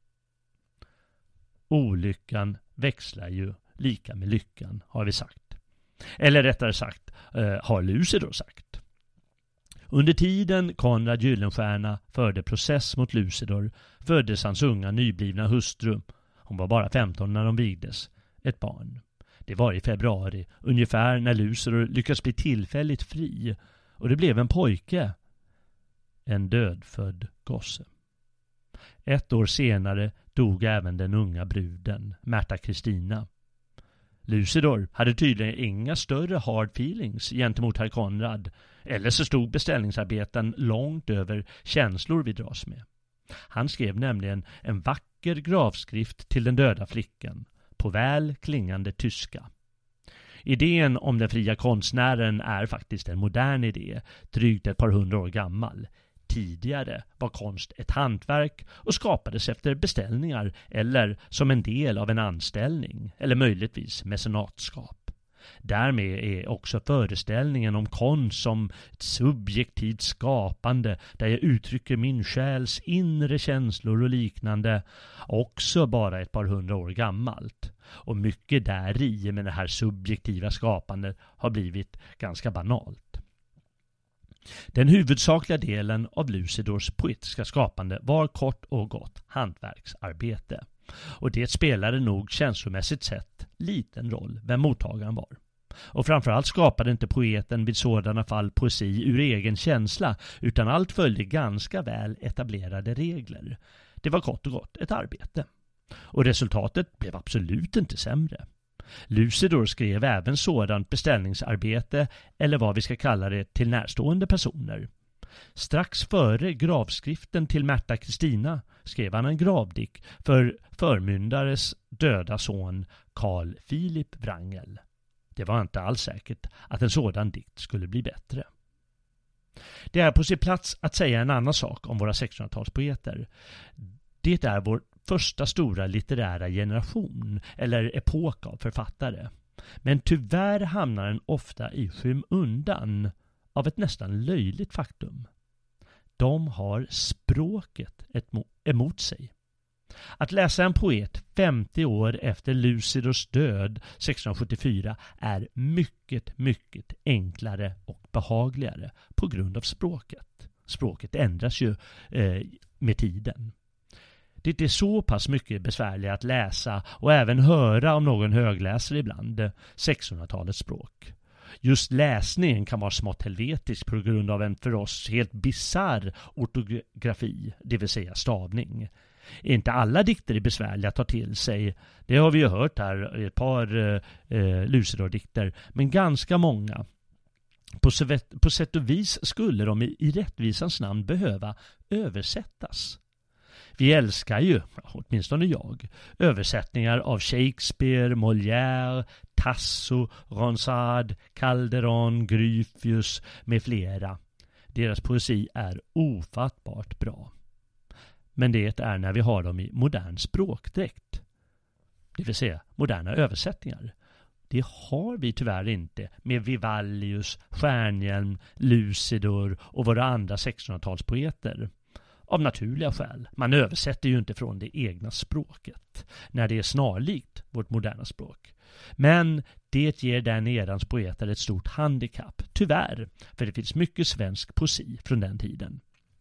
Olyckan växlar ju lika med lyckan, har vi sagt. Eller rättare sagt, eh, har Lucidor sagt. Under tiden Konrad Gyllenstierna förde process mot Lucidor föddes hans unga nyblivna hustru. Hon var bara femton när de vigdes. Ett barn. Det var i februari, ungefär när Lucidor lyckades bli tillfälligt fri. Och det blev en pojke. En dödfödd gosse. Ett år senare dog även den unga bruden, Märta Kristina. Lucidor hade tydligen inga större hard feelings gentemot herr Konrad, eller så stod beställningsarbeten långt över känslor vi dras med. Han skrev nämligen en vacker gravskrift till den döda flickan, på väl klingande tyska. Idén om den fria konstnären är faktiskt en modern idé, drygt ett par hundra år gammal. Tidigare var konst ett hantverk och skapades efter beställningar eller som en del av en anställning eller möjligtvis mecenatskap. Därmed är också föreställningen om konst som ett subjektivt skapande där jag uttrycker min själs inre känslor och liknande också bara ett par hundra år gammalt. Och mycket där i med det här subjektiva skapandet har blivit ganska banalt. Den huvudsakliga delen av Lucidors poetiska skapande var kort och gott hantverksarbete. Och det spelade nog känslomässigt sett liten roll vem mottagaren var. Och framförallt skapade inte poeten vid sådana fall poesi ur egen känsla utan allt följde ganska väl etablerade regler. Det var kort och gott ett arbete. Och resultatet blev absolut inte sämre. Lucidor skrev även sådant beställningsarbete eller vad vi ska kalla det till närstående personer. Strax före gravskriften till Märta Kristina skrev han en gravdikt för förmyndares döda son Carl Philip Wrangel. Det var inte alls säkert att en sådan dikt skulle bli bättre. Det är på sin plats att säga en annan sak om våra sextonhundratalspoeter. Det är vår första stora litterära generation eller epok av författare. Men tyvärr hamnar den ofta i skymundan av ett nästan löjligt faktum. De har språket emot sig. Att läsa en poet femtio år efter Lucidors död sextonhundrasjuttiofyra är mycket, mycket enklare och behagligare på grund av språket. Språket ändras ju eh, med tiden. Det är så pass mycket besvärligt att läsa och även höra om någon högläsare ibland sextonhundratalets språk. Just läsningen kan vara smått helvetisk på grund av en för oss helt bizarr ortografi, det vill säga stavning. Inte alla dikter är besvärliga att ta till sig. Det har vi ju hört här i ett par eh, Lucidor-dikter, men ganska många. På, på sätt och vis skulle de i, i rättvisans namn behöva översättas. Vi älskar ju, åtminstone jag, översättningar av Shakespeare, Molière, Tasso, Ronsard, Calderon, Gryphius med flera. Deras poesi är ofattbart bra. Men det är när vi har dem i modern språkdräkt. Det vill säga moderna översättningar. Det har vi tyvärr inte med Vivaldius, Stjärnhjelm, Lucidor och våra andra sextonhundratalspoeter. Av naturliga skäl. Man översätter ju inte från det egna språket när det är snarlikt vårt moderna språk. Men det ger den erans poeter ett stort handikapp, tyvärr, för det finns mycket svensk poesi från den tiden.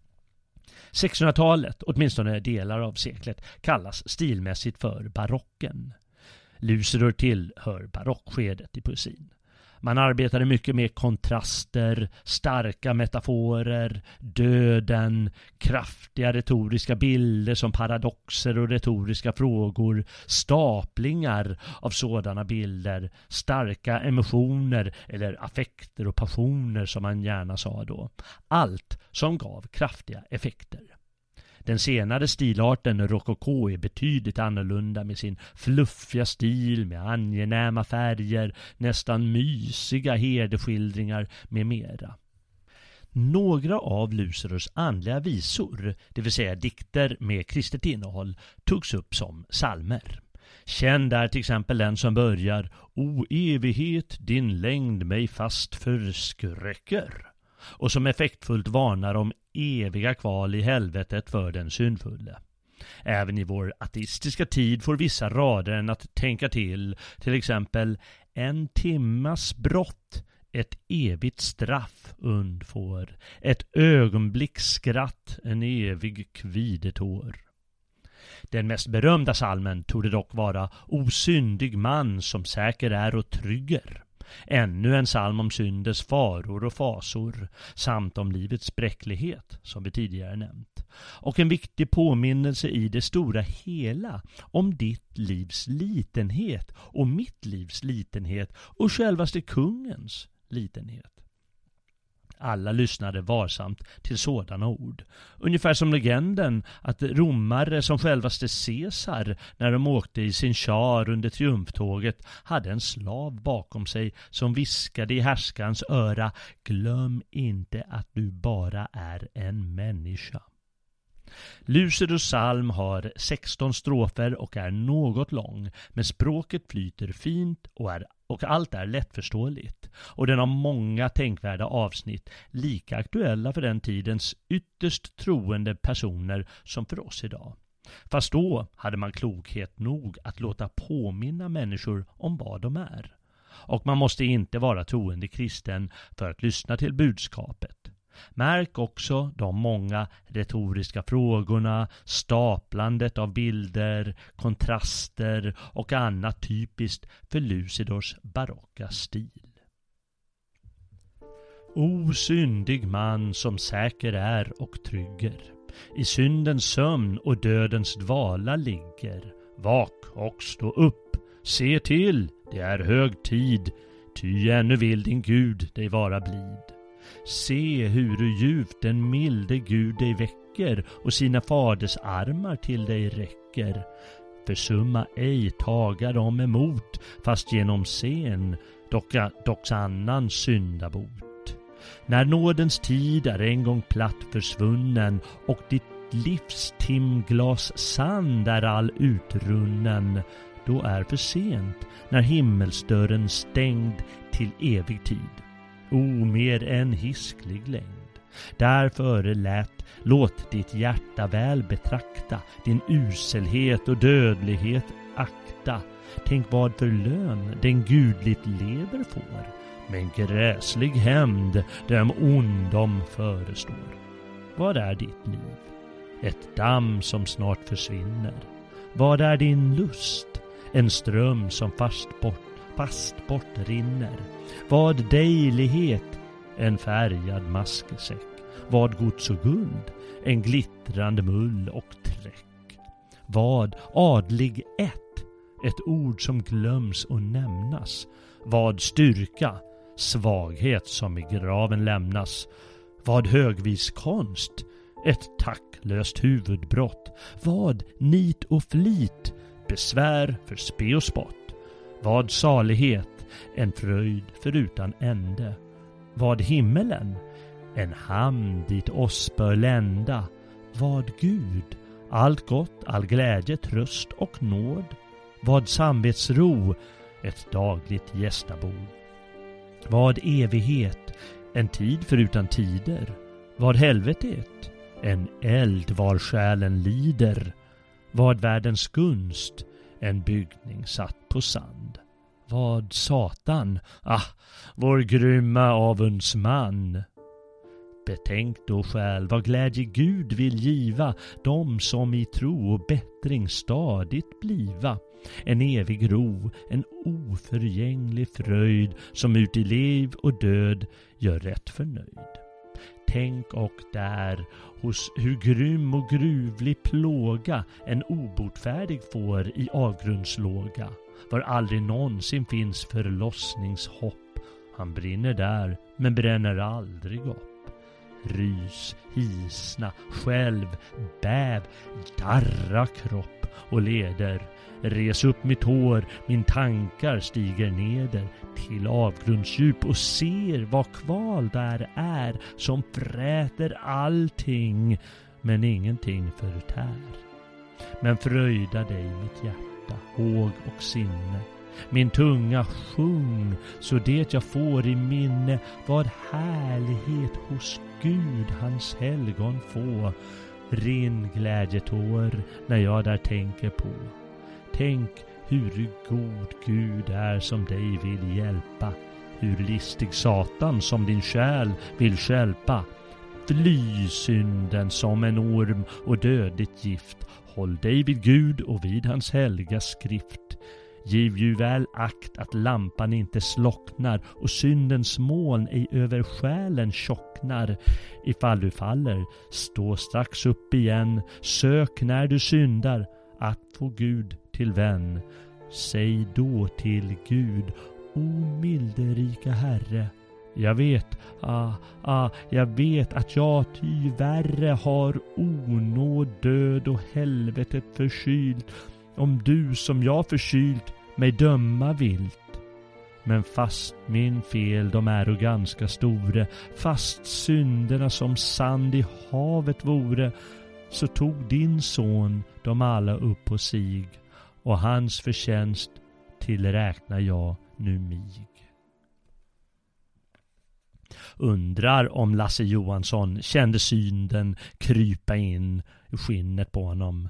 sextonhundratalet, åtminstone delar av seklet, kallas stilmässigt för barocken. Lucidor tillhör barockskedet i poesin. Man arbetade mycket med kontraster, starka metaforer, döden, kraftiga retoriska bilder som paradoxer och retoriska frågor, staplingar av sådana bilder, starka emotioner eller affekter och passioner som man gärna sa då. Allt som gav kraftiga effekter. Den senare stilarten rokoko är betydligt annorlunda med sin fluffiga stil med angenäma färger, nästan mysiga herdeskildringar med mera. Några av Lucerus andliga visor, det vill säga dikter med kristet innehåll, togs upp som psalmer. Känd är till exempel den som börjar O evighet, din längd mig fast förskräcker, och som effektfullt varnar om eviga kval i helvetet för den syndfulle. Även i vår ateistiska tid får vissa rader en att tänka till, till exempel en timmas brott, ett evigt straff undfår, ett ögonblicks skratt, en evig kvidetår. Den mest berömda salmen torde dock vara O syndig man som säker är och trygger. Ännu en psalm om syndens faror och fasor samt om livets bräcklighet som vi tidigare nämnt. Och en viktig påminnelse i det stora hela om ditt livs litenhet och mitt livs litenhet och självaste kungens litenhet. Alla lyssnade varsamt till sådana ord. Ungefär som legenden att romare som självaste Caesar när de åkte i sin char under triumftåget hade en slav bakom sig som viskade i härskarens öra: glöm inte att du bara är en människa. Lucerus psalm har sexton strofer och är något lång, men språket flyter fint och, är, och allt är lättförståeligt. Och den har många tänkvärda avsnitt, lika aktuella för den tidens ytterst troende personer som för oss idag. Fast då hade man klokhet nog att låta påminna människor om vad de är. Och man måste inte vara troende kristen för att lyssna till budskapet. Märk också de många retoriska frågorna, staplandet av bilder, kontraster och annat typiskt för Lucidors barocka stil. O syndig man som säker är och trygger, i syndens sömn och dödens dvala ligger. Vak och stå upp, se till, det är hög tid, ty ännu vill din Gud dig vara blid. Se hur djupt den milde Gud dig väcker och sina faders armar till dig räcker. Försumma ej taga dem emot, fast genom sen dock, dock annan syndabot. När nådens tid är en gång platt försvunnen och ditt livs timglas sand är all utrunnen, då är för sent när himmelsdörren stängd till evig tid. O mer än hisklig längd. Därför lät, låt ditt hjärta väl betrakta, din uselhet och dödlighet akta. Tänk vad för lön den gudligt lever får, men gräslig hämnd dem ondom förestår. Vad är ditt liv? Ett damm som snart försvinner. Vad är din lust? En ström som fast bort fast bort rinner. Vad dejlighet, en färgad maskesäck. Vad gods och guld, en glittrande mull och träck. Vad adlig ett, ett ord som glöms och nämnas. Vad styrka, svaghet som i graven lämnas. Vad högvis konst, ett tacklöst huvudbrott. Vad nit och flit, besvär för spe och spott. Vad salighet, en fröjd förutan ände. Vad himmelen, en hamn dit oss bör lända. Vad Gud, allt gott, all glädje, tröst och nåd. Vad samvetsro, ett dagligt gästabord. Vad evighet, en tid förutan tider. Vad helvetet, en eld var själen lider. Vad världens gunst, en byggning satt på sand. Vad Satan, ah, vår grymma avundsman. Betänk då själv vad glädje Gud vill giva dem som i tro och bättring stadigt bliva. En evig ro, en oförgänglig fröjd som ut i liv och död gör rätt förnöjd. Tänk och där hos hur grym och gruvlig plåga en obotfärdig får i avgrundslåga, var aldrig någonsin finns förlossningshopp. Han brinner där men bränner aldrig upp. Rys, hisna, själv, bäv, darra kropp och leder. Res upp mitt hår, min tankar stiger neder till avgrundsdjup och ser vad kval där är som fräter allting men ingenting förtär. Men fröjda dig mitt hjärta, håg och sinne. Min tunga sjung så det jag får i minne vad härlighet hos Gud hans helgon få. Rinn glädjetår när jag där tänker på. Tänk hur god Gud är som dig vill hjälpa. Hur listig Satan som din själ vill stjälpa. Fly synden som en orm och dödligt gift. Håll dig vid Gud och vid hans helga skrift. Giv ju väl akt att lampan inte slocknar och syndens moln ej över själen tjocknar. Ifall du faller, stå strax upp igen. Sök när du syndar att få Gud till vän. Säg då till Gud, o milderika Herre. Jag vet, ah, ah, jag vet att jag ty värre har onåd, död och helvetet förkylt. Om du som jag förkylt mig döma vilt. Men fast min fel de är och ganska store, fast synderna som sand i havet vore, så tog din son de alla upp på sig, och hans förtjänst tillräknar jag nu mig. Undrar om Lasse Johansson kände synden krypa in i skinnet på honom.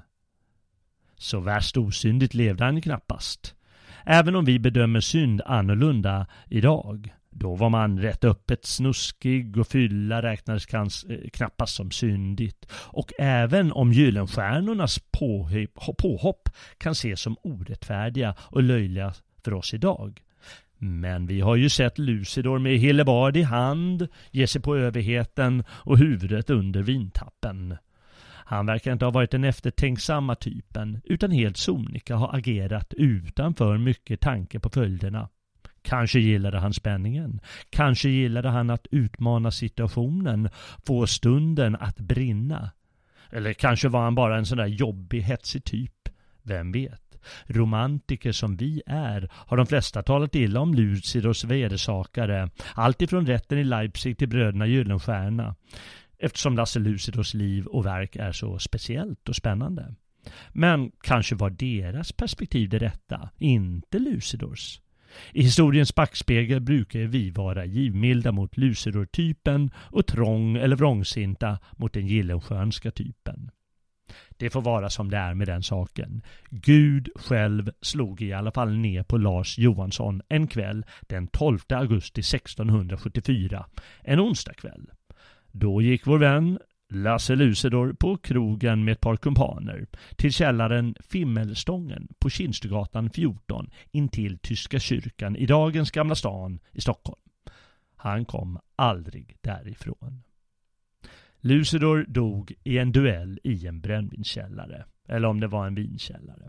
Så värst osyndigt levde han knappast. Även om vi bedömer synd annorlunda idag. Då var man rätt öppet snuskig och fylla räknades kans, eh, knappast som syndigt. Och även om Gyllenstjärnornas påhopp, påhopp kan ses som orättfärdiga och löjliga för oss idag. Men vi har ju sett Lucidor med helebard i hand ge sig på överheten och huvudet under vintappen. Han verkar inte ha varit den eftertänksamma typen utan helt sonika har agerat utanför mycket tanke på följderna. Kanske gillade han spänningen. Kanske gillade han att utmana situationen, få stunden att brinna. Eller kanske var han bara en sån där jobbig, hetsig typ. Vem vet? Romantiker som vi är har de flesta talat illa om Lucidors vedersakare. Allt ifrån rätten i Leipzig till bröderna Gyllenstierna. Eftersom Lasse Lucidors liv och verk är så speciellt och spännande. Men kanske var deras perspektiv det rätta, inte Lucidors. I historiens backspegel brukar vi vara givmilda mot Lucidor-typen och trång eller vrångsinta mot den Gyllenstiernska typen. Det får vara som det är med den saken. Gud själv slog i alla fall ner på Lars Johansson en kväll den tolfte augusti sextonhundrasjuttiofyra, en onsdag kväll. Då gick vår vän Lasse Lucidor på krogen med ett par kumpaner till källaren Fimmelstången på Kinstugatan fjorton intill Tyska kyrkan i dagens Gamla stan i Stockholm. Han kom aldrig därifrån. Lucidor dog i en duell i en brännvinskällare, eller om det var en vinkällare.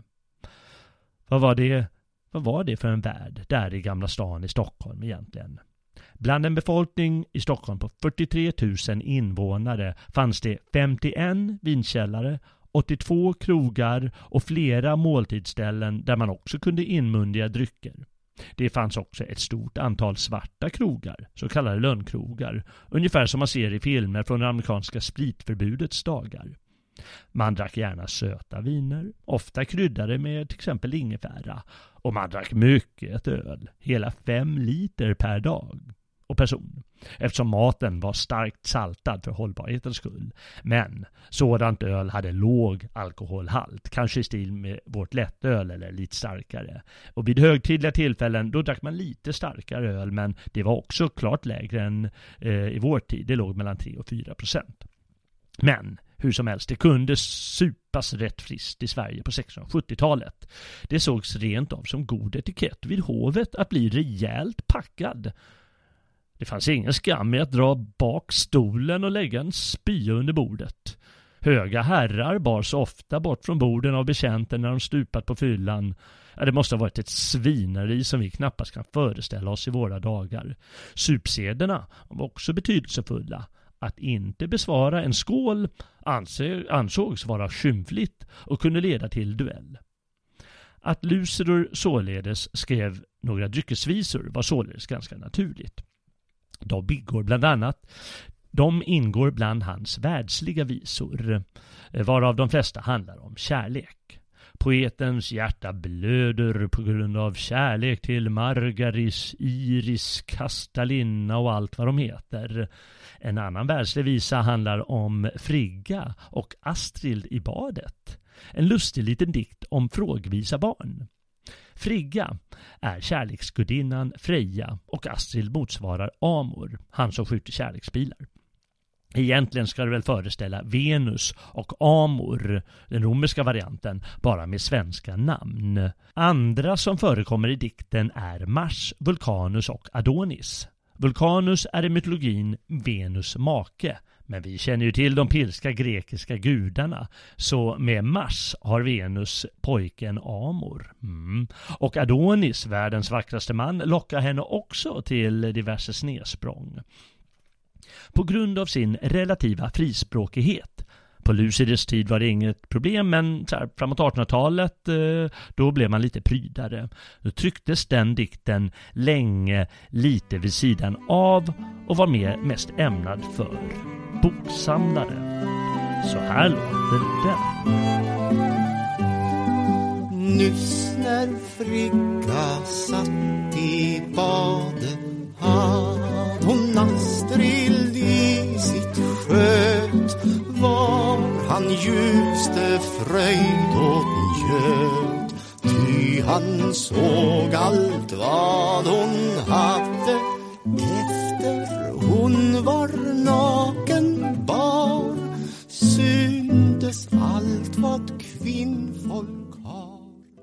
Vad var det, vad var det för en värld där i Gamla stan i Stockholm egentligen? Bland en befolkning i Stockholm på fyrtiotre tusen invånare fanns det femtioen vinkällare, åttiotvå krogar och flera måltidsställen där man också kunde inmundiga drycker. Det fanns också ett stort antal svarta krogar, så kallade lönnkrogar, ungefär som man ser i filmer från det amerikanska spritförbudets dagar. Man drack gärna söta viner, ofta kryddade med till exempel ingefära, och man drack mycket öl, hela fem liter per dag. och person, eftersom maten var starkt saltad för hållbarhetens skull. Men sådant öl hade låg alkoholhalt, kanske i stil med vårt lättöl eller lite starkare. Och vid högtidliga tillfällen då drack man lite starkare öl, men det var också klart lägre än eh, i vår tid. Det låg mellan tre och fyra procent. Men hur som helst, det kunde supas rätt friskt i Sverige på sextonhundrasjuttiotalet. Det sågs rent av som god etikett vid hovet att bli rejält packad. Det fanns ingen skam i att dra bak stolen och lägga en spya under bordet. Höga herrar bar så ofta bort från borden av betjänten när de stupat på fyllan. Ja, det måste ha varit ett svineri som vi knappast kan föreställa oss i våra dagar. Supsederna var också betydelsefulla. Att inte besvara en skål ansågs vara skymfligt och kunde leda till duell. Att Lucidor således skrev några dryckesvisor var således ganska naturligt. De ingår bland annat de ingår bland hans världsliga visor, varav de flesta handlar om kärlek. Poetens hjärta blöder på grund av kärlek till Margaris, Iris, Kastalinna och allt vad de heter. En annan världslig visa handlar om Frigga och Astrid i badet. En lustig liten dikt om frågvisa barn. Frigga är kärleksgudinnan Freja och Astrid motsvarar Amor, han som skjuter kärleksbilar. Egentligen ska det väl föreställa Venus och Amor, den romerska varianten, bara med svenska namn. Andra som förekommer i dikten är Mars, Vulcanus och Adonis. Vulcanus är i mytologin Venus make, men vi känner ju till de pilska grekiska gudarna, så med Mars har Venus pojken Amor. Mm. Och Adonis, världens vackraste man, lockar henne också till diverse snedsprång. På grund av sin relativa frispråkighet. På Luciders tid var det inget problem, men så här, framåt artonhundratalet eh, då blev man lite prydare. Då trycktes den dikten länge lite vid sidan av och var mer mest ämnad för boksamlare. Så här låter den. Nyss när Frigga satt i badet hade hon Astrid i sitt sköt, var han ljuste fröjd och njöt, ty han såg allt vad hon hade efter hon var naken bar, syntes allt vad kvinnfolk har.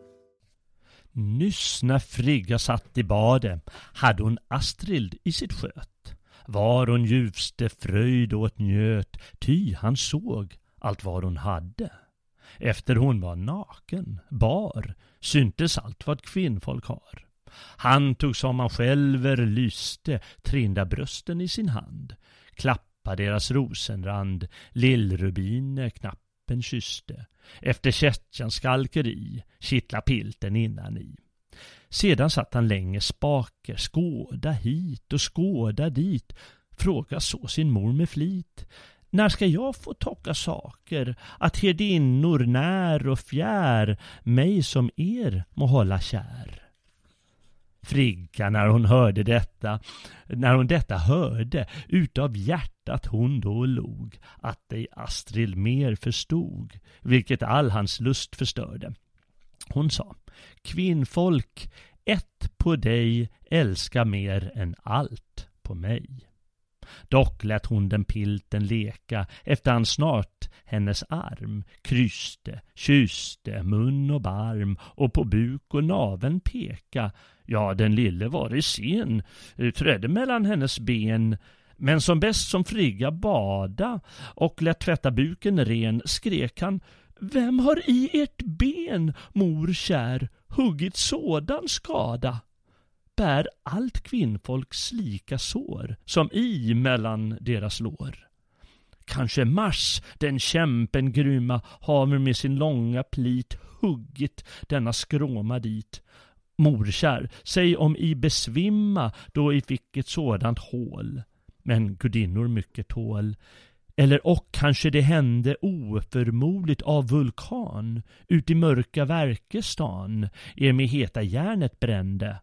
Nyss när Frigga satt i badet hade hon Astrid i sitt sköt. Var hon ljuvste fröjd åt njöt, ty han såg allt vad hon hade. Efter hon var naken, bar, syntes allt vad kvinnfolk har. Han tog som han själver lyste, trinda brösten i sin hand, klappa deras rosenrand, lillrubine knappen kysste. Efter kättjans skalkeri, kittla pilten innan i. Sedan satt han länge spaker, skåda hit och skåda dit, fråga så sin mor med flit. När ska jag få tocka saker, att herdinnor när och fjär mig som er må hålla kär? Frigga, när hon hörde detta, när hon detta hörde, utav hjärtat hon då log, att dig Astrid mer förstod, vilket all hans lust förstörde. Hon sa, kvinnfolk, ett på dig älska mer än allt på mig. Dock lät hon den pilten leka, efter han snart hennes arm kryste, kysste mun och barm och på buk och naven peka. Ja, den lille var i sen, trädde mellan hennes ben, men som bäst som Frigga bada och lät tvätta buken ren, skrek han, vem har i ert ben, mor kär, huggit sådan skada? Bär allt kvinnfolks lika sår, som i mellan deras lår. Kanske Mars, den kämpen grymma, haver med sin långa plit huggit denna skråma dit. Morkär, säg om i besvimma, då i fick ett sådant hål. Men gudinnor mycket tål. Eller och kanske det hände oförmodigt av vulkan, ut i mörka verkestan, er med heta järnet brände.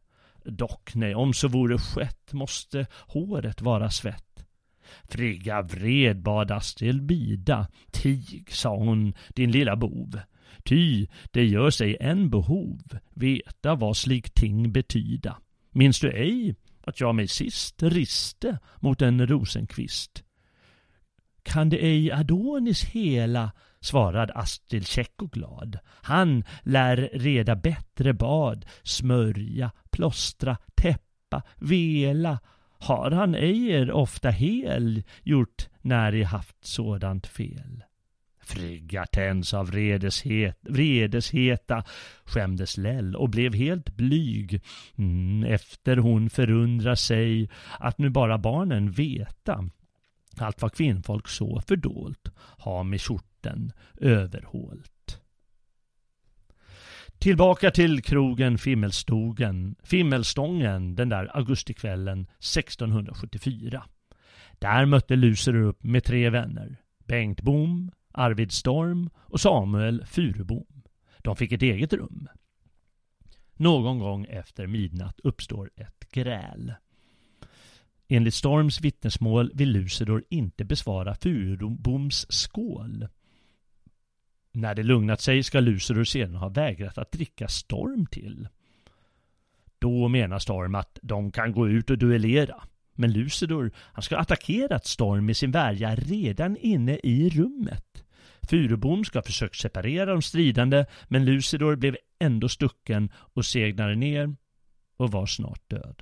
dock, nej, om så vore skett, måste håret vara svett. Frigga vred bad Astrid bida, tig, sa hon, din lilla bov. Ty, det gör sig en behov, veta vad slik ting betyda. Minns du ej att jag mig sist riste mot en rosenkvist? Kan det ej Adonis hela, svarad Astrid käck och glad. Han lär reda bättre bad, smörja, plåstra, täppa, vela. Har han ej er ofta hel gjort när I haft sådant fel? Frigga tänds av vredeshet, vredesheta, skämdes Lell och blev helt blyg. Mm, efter hon förundrar sig att nu bara barnen veta allt vad kvinnfolk så fördolt har med skjorten överhålt. Tillbaka till krogen Fimmelstogen, Fimmelstången den där augustikvällen sextonhundrasjuttiofyra. Där mötte Lucer upp med tre vänner, Bengt Bom, Arvid Storm och Samuel Furubom. De fick ett eget rum. Någon gång efter midnatt uppstår ett gräl. Enligt Storms vittnesmål vill Lucidor inte besvara Furuboms skål. När det lugnat sig ska Lucidor sedan ha vägrat att dricka Storm till. Då menar Storm att de kan gå ut och duellera. Men Lucidor, han ska ha attackerat Storm med sin värja redan inne i rummet. Furubom ska ha försökt separera de stridande, men Lucidor blev ändå stucken och segnade ner och var snart död.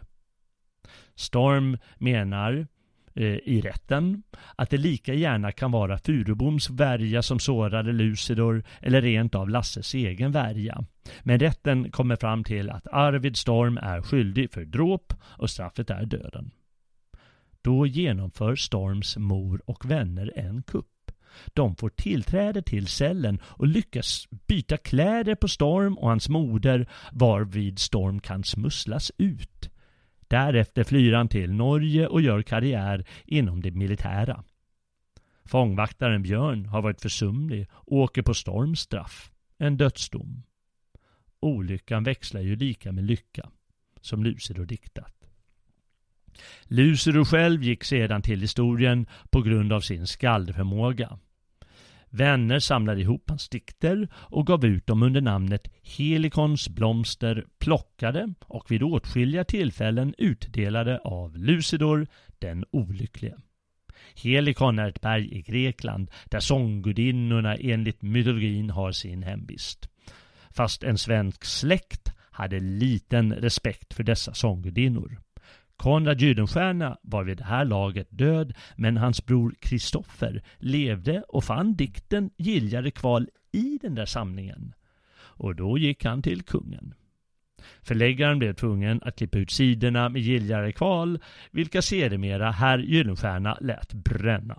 Storm menar eh, i rätten att det lika gärna kan vara Furuboms värja som sårade Lucidor eller rent av Lasses egen värja. Men rätten kommer fram till att Arvid Storm är skyldig för dråp och straffet är döden. Då genomför Storms mor och vänner en kupp. De får tillträde till cellen och lyckas byta kläder på Storm och hans moder, varvid Storm kan smusslas ut. Därefter flyr han till Norge och gör karriär inom det militära. Fångvaktaren Björn har varit försumlig och åker på Storms straff, en dödsdom. Olyckan växlar ju lika med lycka, som Lucidor diktat. Lucidor själv gick sedan till historien på grund av sin skaldförmåga. Vänner samlade ihop hans dikter och gav ut dem under namnet Helikons blomster plockade och vid åtskilliga tillfällen utdelade av Lucidor den olycklige. Helikon är ett berg i Grekland där sånggudinnorna enligt mytologin har sin hemvist. Fast en svensk släkt hade liten respekt för dessa sånggudinnor. Konrad Gyllenstierna var vid det här laget död, men hans bror Kristoffer levde och fann dikten Gilljare kval i den där samlingen. Och då gick han till kungen. Förläggaren blev tvungen att klippa ut sidorna med Gilljare kval, vilka sedermera herr Gyllenstierna lät bränna.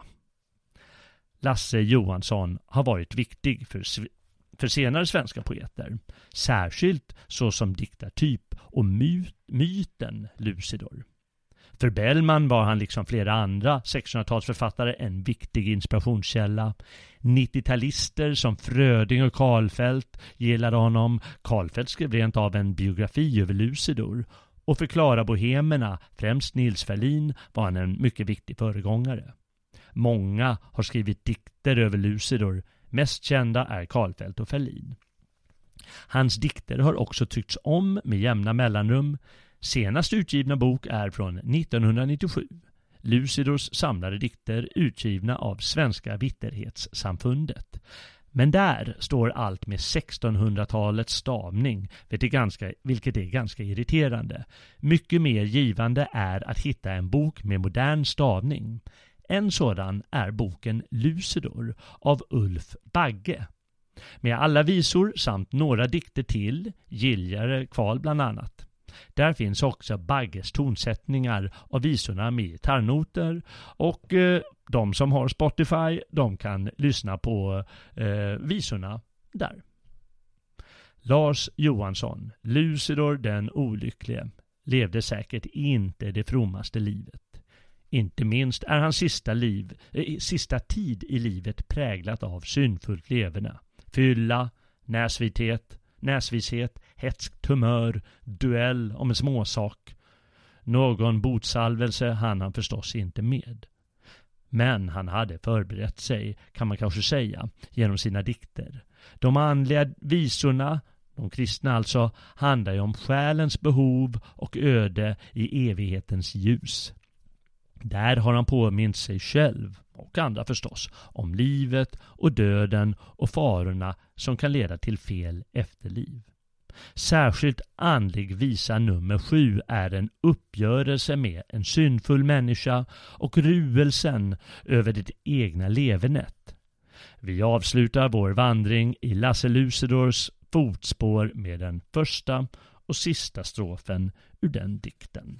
Lasse Johansson har varit viktig för för senare svenska poeter, särskilt så som diktartyp och my- myten Lucidor. För Bellman var han liksom flera andra sexhundratalsförfattare en viktig inspirationskälla. nittiotalister som Fröding och Karlfeldt gillade honom. Karlfeldt skrev rent av en biografi över Lucidor. Och för Klara bohemerna, främst Nils Ferlin, var han en mycket viktig föregångare. Många har skrivit dikter över Lucidor. Mest kända är Karlfeldt och Ferlin. Hans dikter har också tryckts om med jämna mellanrum. Senast utgivna bok är från nittonhundranittiosju. Lucidors samlade dikter utgivna av Svenska Vitterhetssamfundet. Men där står allt med sextonhundratalets stavning, vilket är ganska, vilket är ganska irriterande. Mycket mer givande är att hitta en bok med modern stavning. En sådan är boken Lucidor av Ulf Bagge. Med alla visor samt några dikter till, Gilljare kval bland annat. Där finns också Bagges tonsättningar av visorna med gitarrnoter och eh, de som har Spotify, de kan lyssna på eh, visorna där. Lars Johansson, Lucidor den olycklige, levde säkert inte det frommaste livet. Inte minst är hans sista, liv, eh, sista tid i livet präglat av syndfullt leverne, fylla, näsvithet, näsvishet, hätskt humör, duell om en småsak. Någon botsalvelse hann han förstås inte med. Men han hade förberett sig, kan man kanske säga, genom sina dikter. De andliga visorna, de kristna alltså, handlar ju om själens behov och öde i evighetens ljus. Där har han påmint sig själv, och andra förstås, om livet och döden och farorna som kan leda till fel efterliv. Särskilt andlig visa nummer sju är en uppgörelse med en syndfull människa och ruelsen över det egna levernet. Vi avslutar vår vandring i Lasse Lucidors fotspår med den första och sista strofen ur den dikten.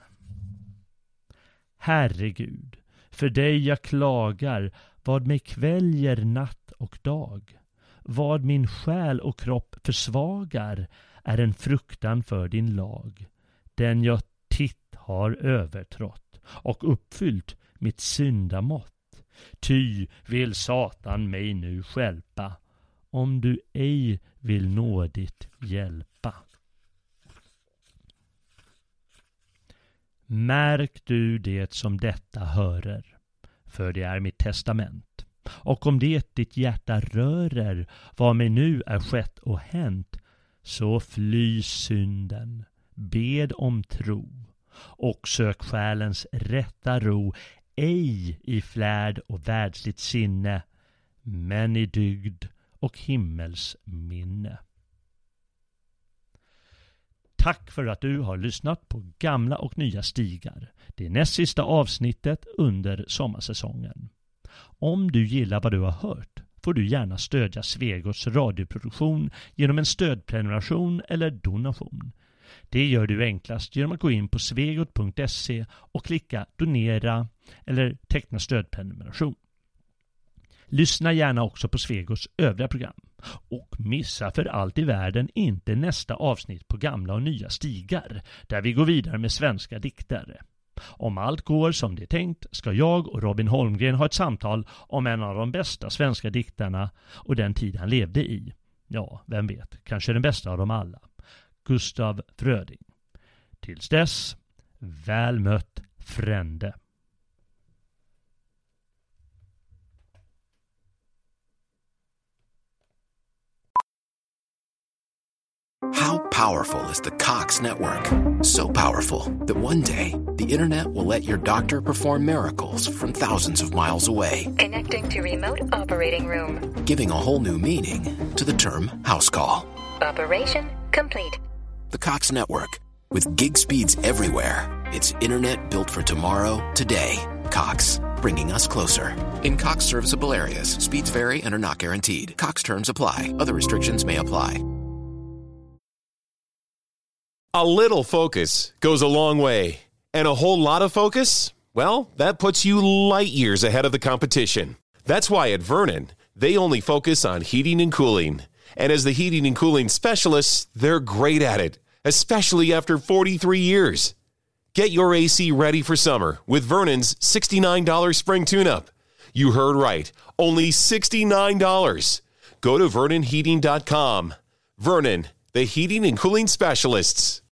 Herregud, för dig jag klagar, vad mig kväljer natt och dag. Vad min själ och kropp försvagar är en fruktan för din lag. Den jag titt har övertrått och uppfyllt mitt syndamått. Ty vill Satan mig nu stjälpa, om du ej vill nådigt hjälpa. Märk du det som detta hörer, för det är mitt testament. Och om det ditt hjärta rörer, vad mig nu är skett och hänt, så fly synden, bed om tro, och sök själens rätta ro, ej i flärd och världsligt sinne, men i dygd och himmels minne. Tack för att du har lyssnat på Gamla och nya stigar. Det är näst sista avsnittet under sommarsäsongen. Om du gillar vad du har hört får du gärna stödja Svegots radioproduktion genom en stödprenumeration eller donation. Det gör du enklast genom att gå in på svegot punkt se och klicka donera eller teckna stödprenumeration. Lyssna gärna också på Svegots övriga program. Och missa för allt i världen inte nästa avsnitt på Gamla och nya stigar, där vi går vidare med svenska diktare. Om allt går som det är tänkt ska jag och Robin Holmgren ha ett samtal om en av de bästa svenska diktarna och den tid han levde i. Ja, vem vet, kanske den bästa av dem alla. Gustaf Fröding. Tills dess, väl mött frände. How powerful is the Cox network? So powerful that one day the internet will let your doctor perform miracles from thousands of miles away. Connecting to remote operating room. Giving a whole new meaning to the term house call. Operation complete. The Cox network. With gig speeds everywhere. It's internet built for tomorrow, today. Cox, bringing us closer. In Cox serviceable areas, speeds vary and are not guaranteed. Cox terms apply. Other restrictions may apply. A little focus goes a long way. And a whole lot of focus? Well, that puts you light years ahead of the competition. That's why at Vernon, they only focus on heating and cooling. And as the heating and cooling specialists, they're great at it, especially after forty-three years. Get your A C ready for summer with Vernon's sixty-nine dollars spring tune-up. You heard right, only sixty-nine dollars. Go to vernon heating dot com. Vernon, the heating and cooling specialists.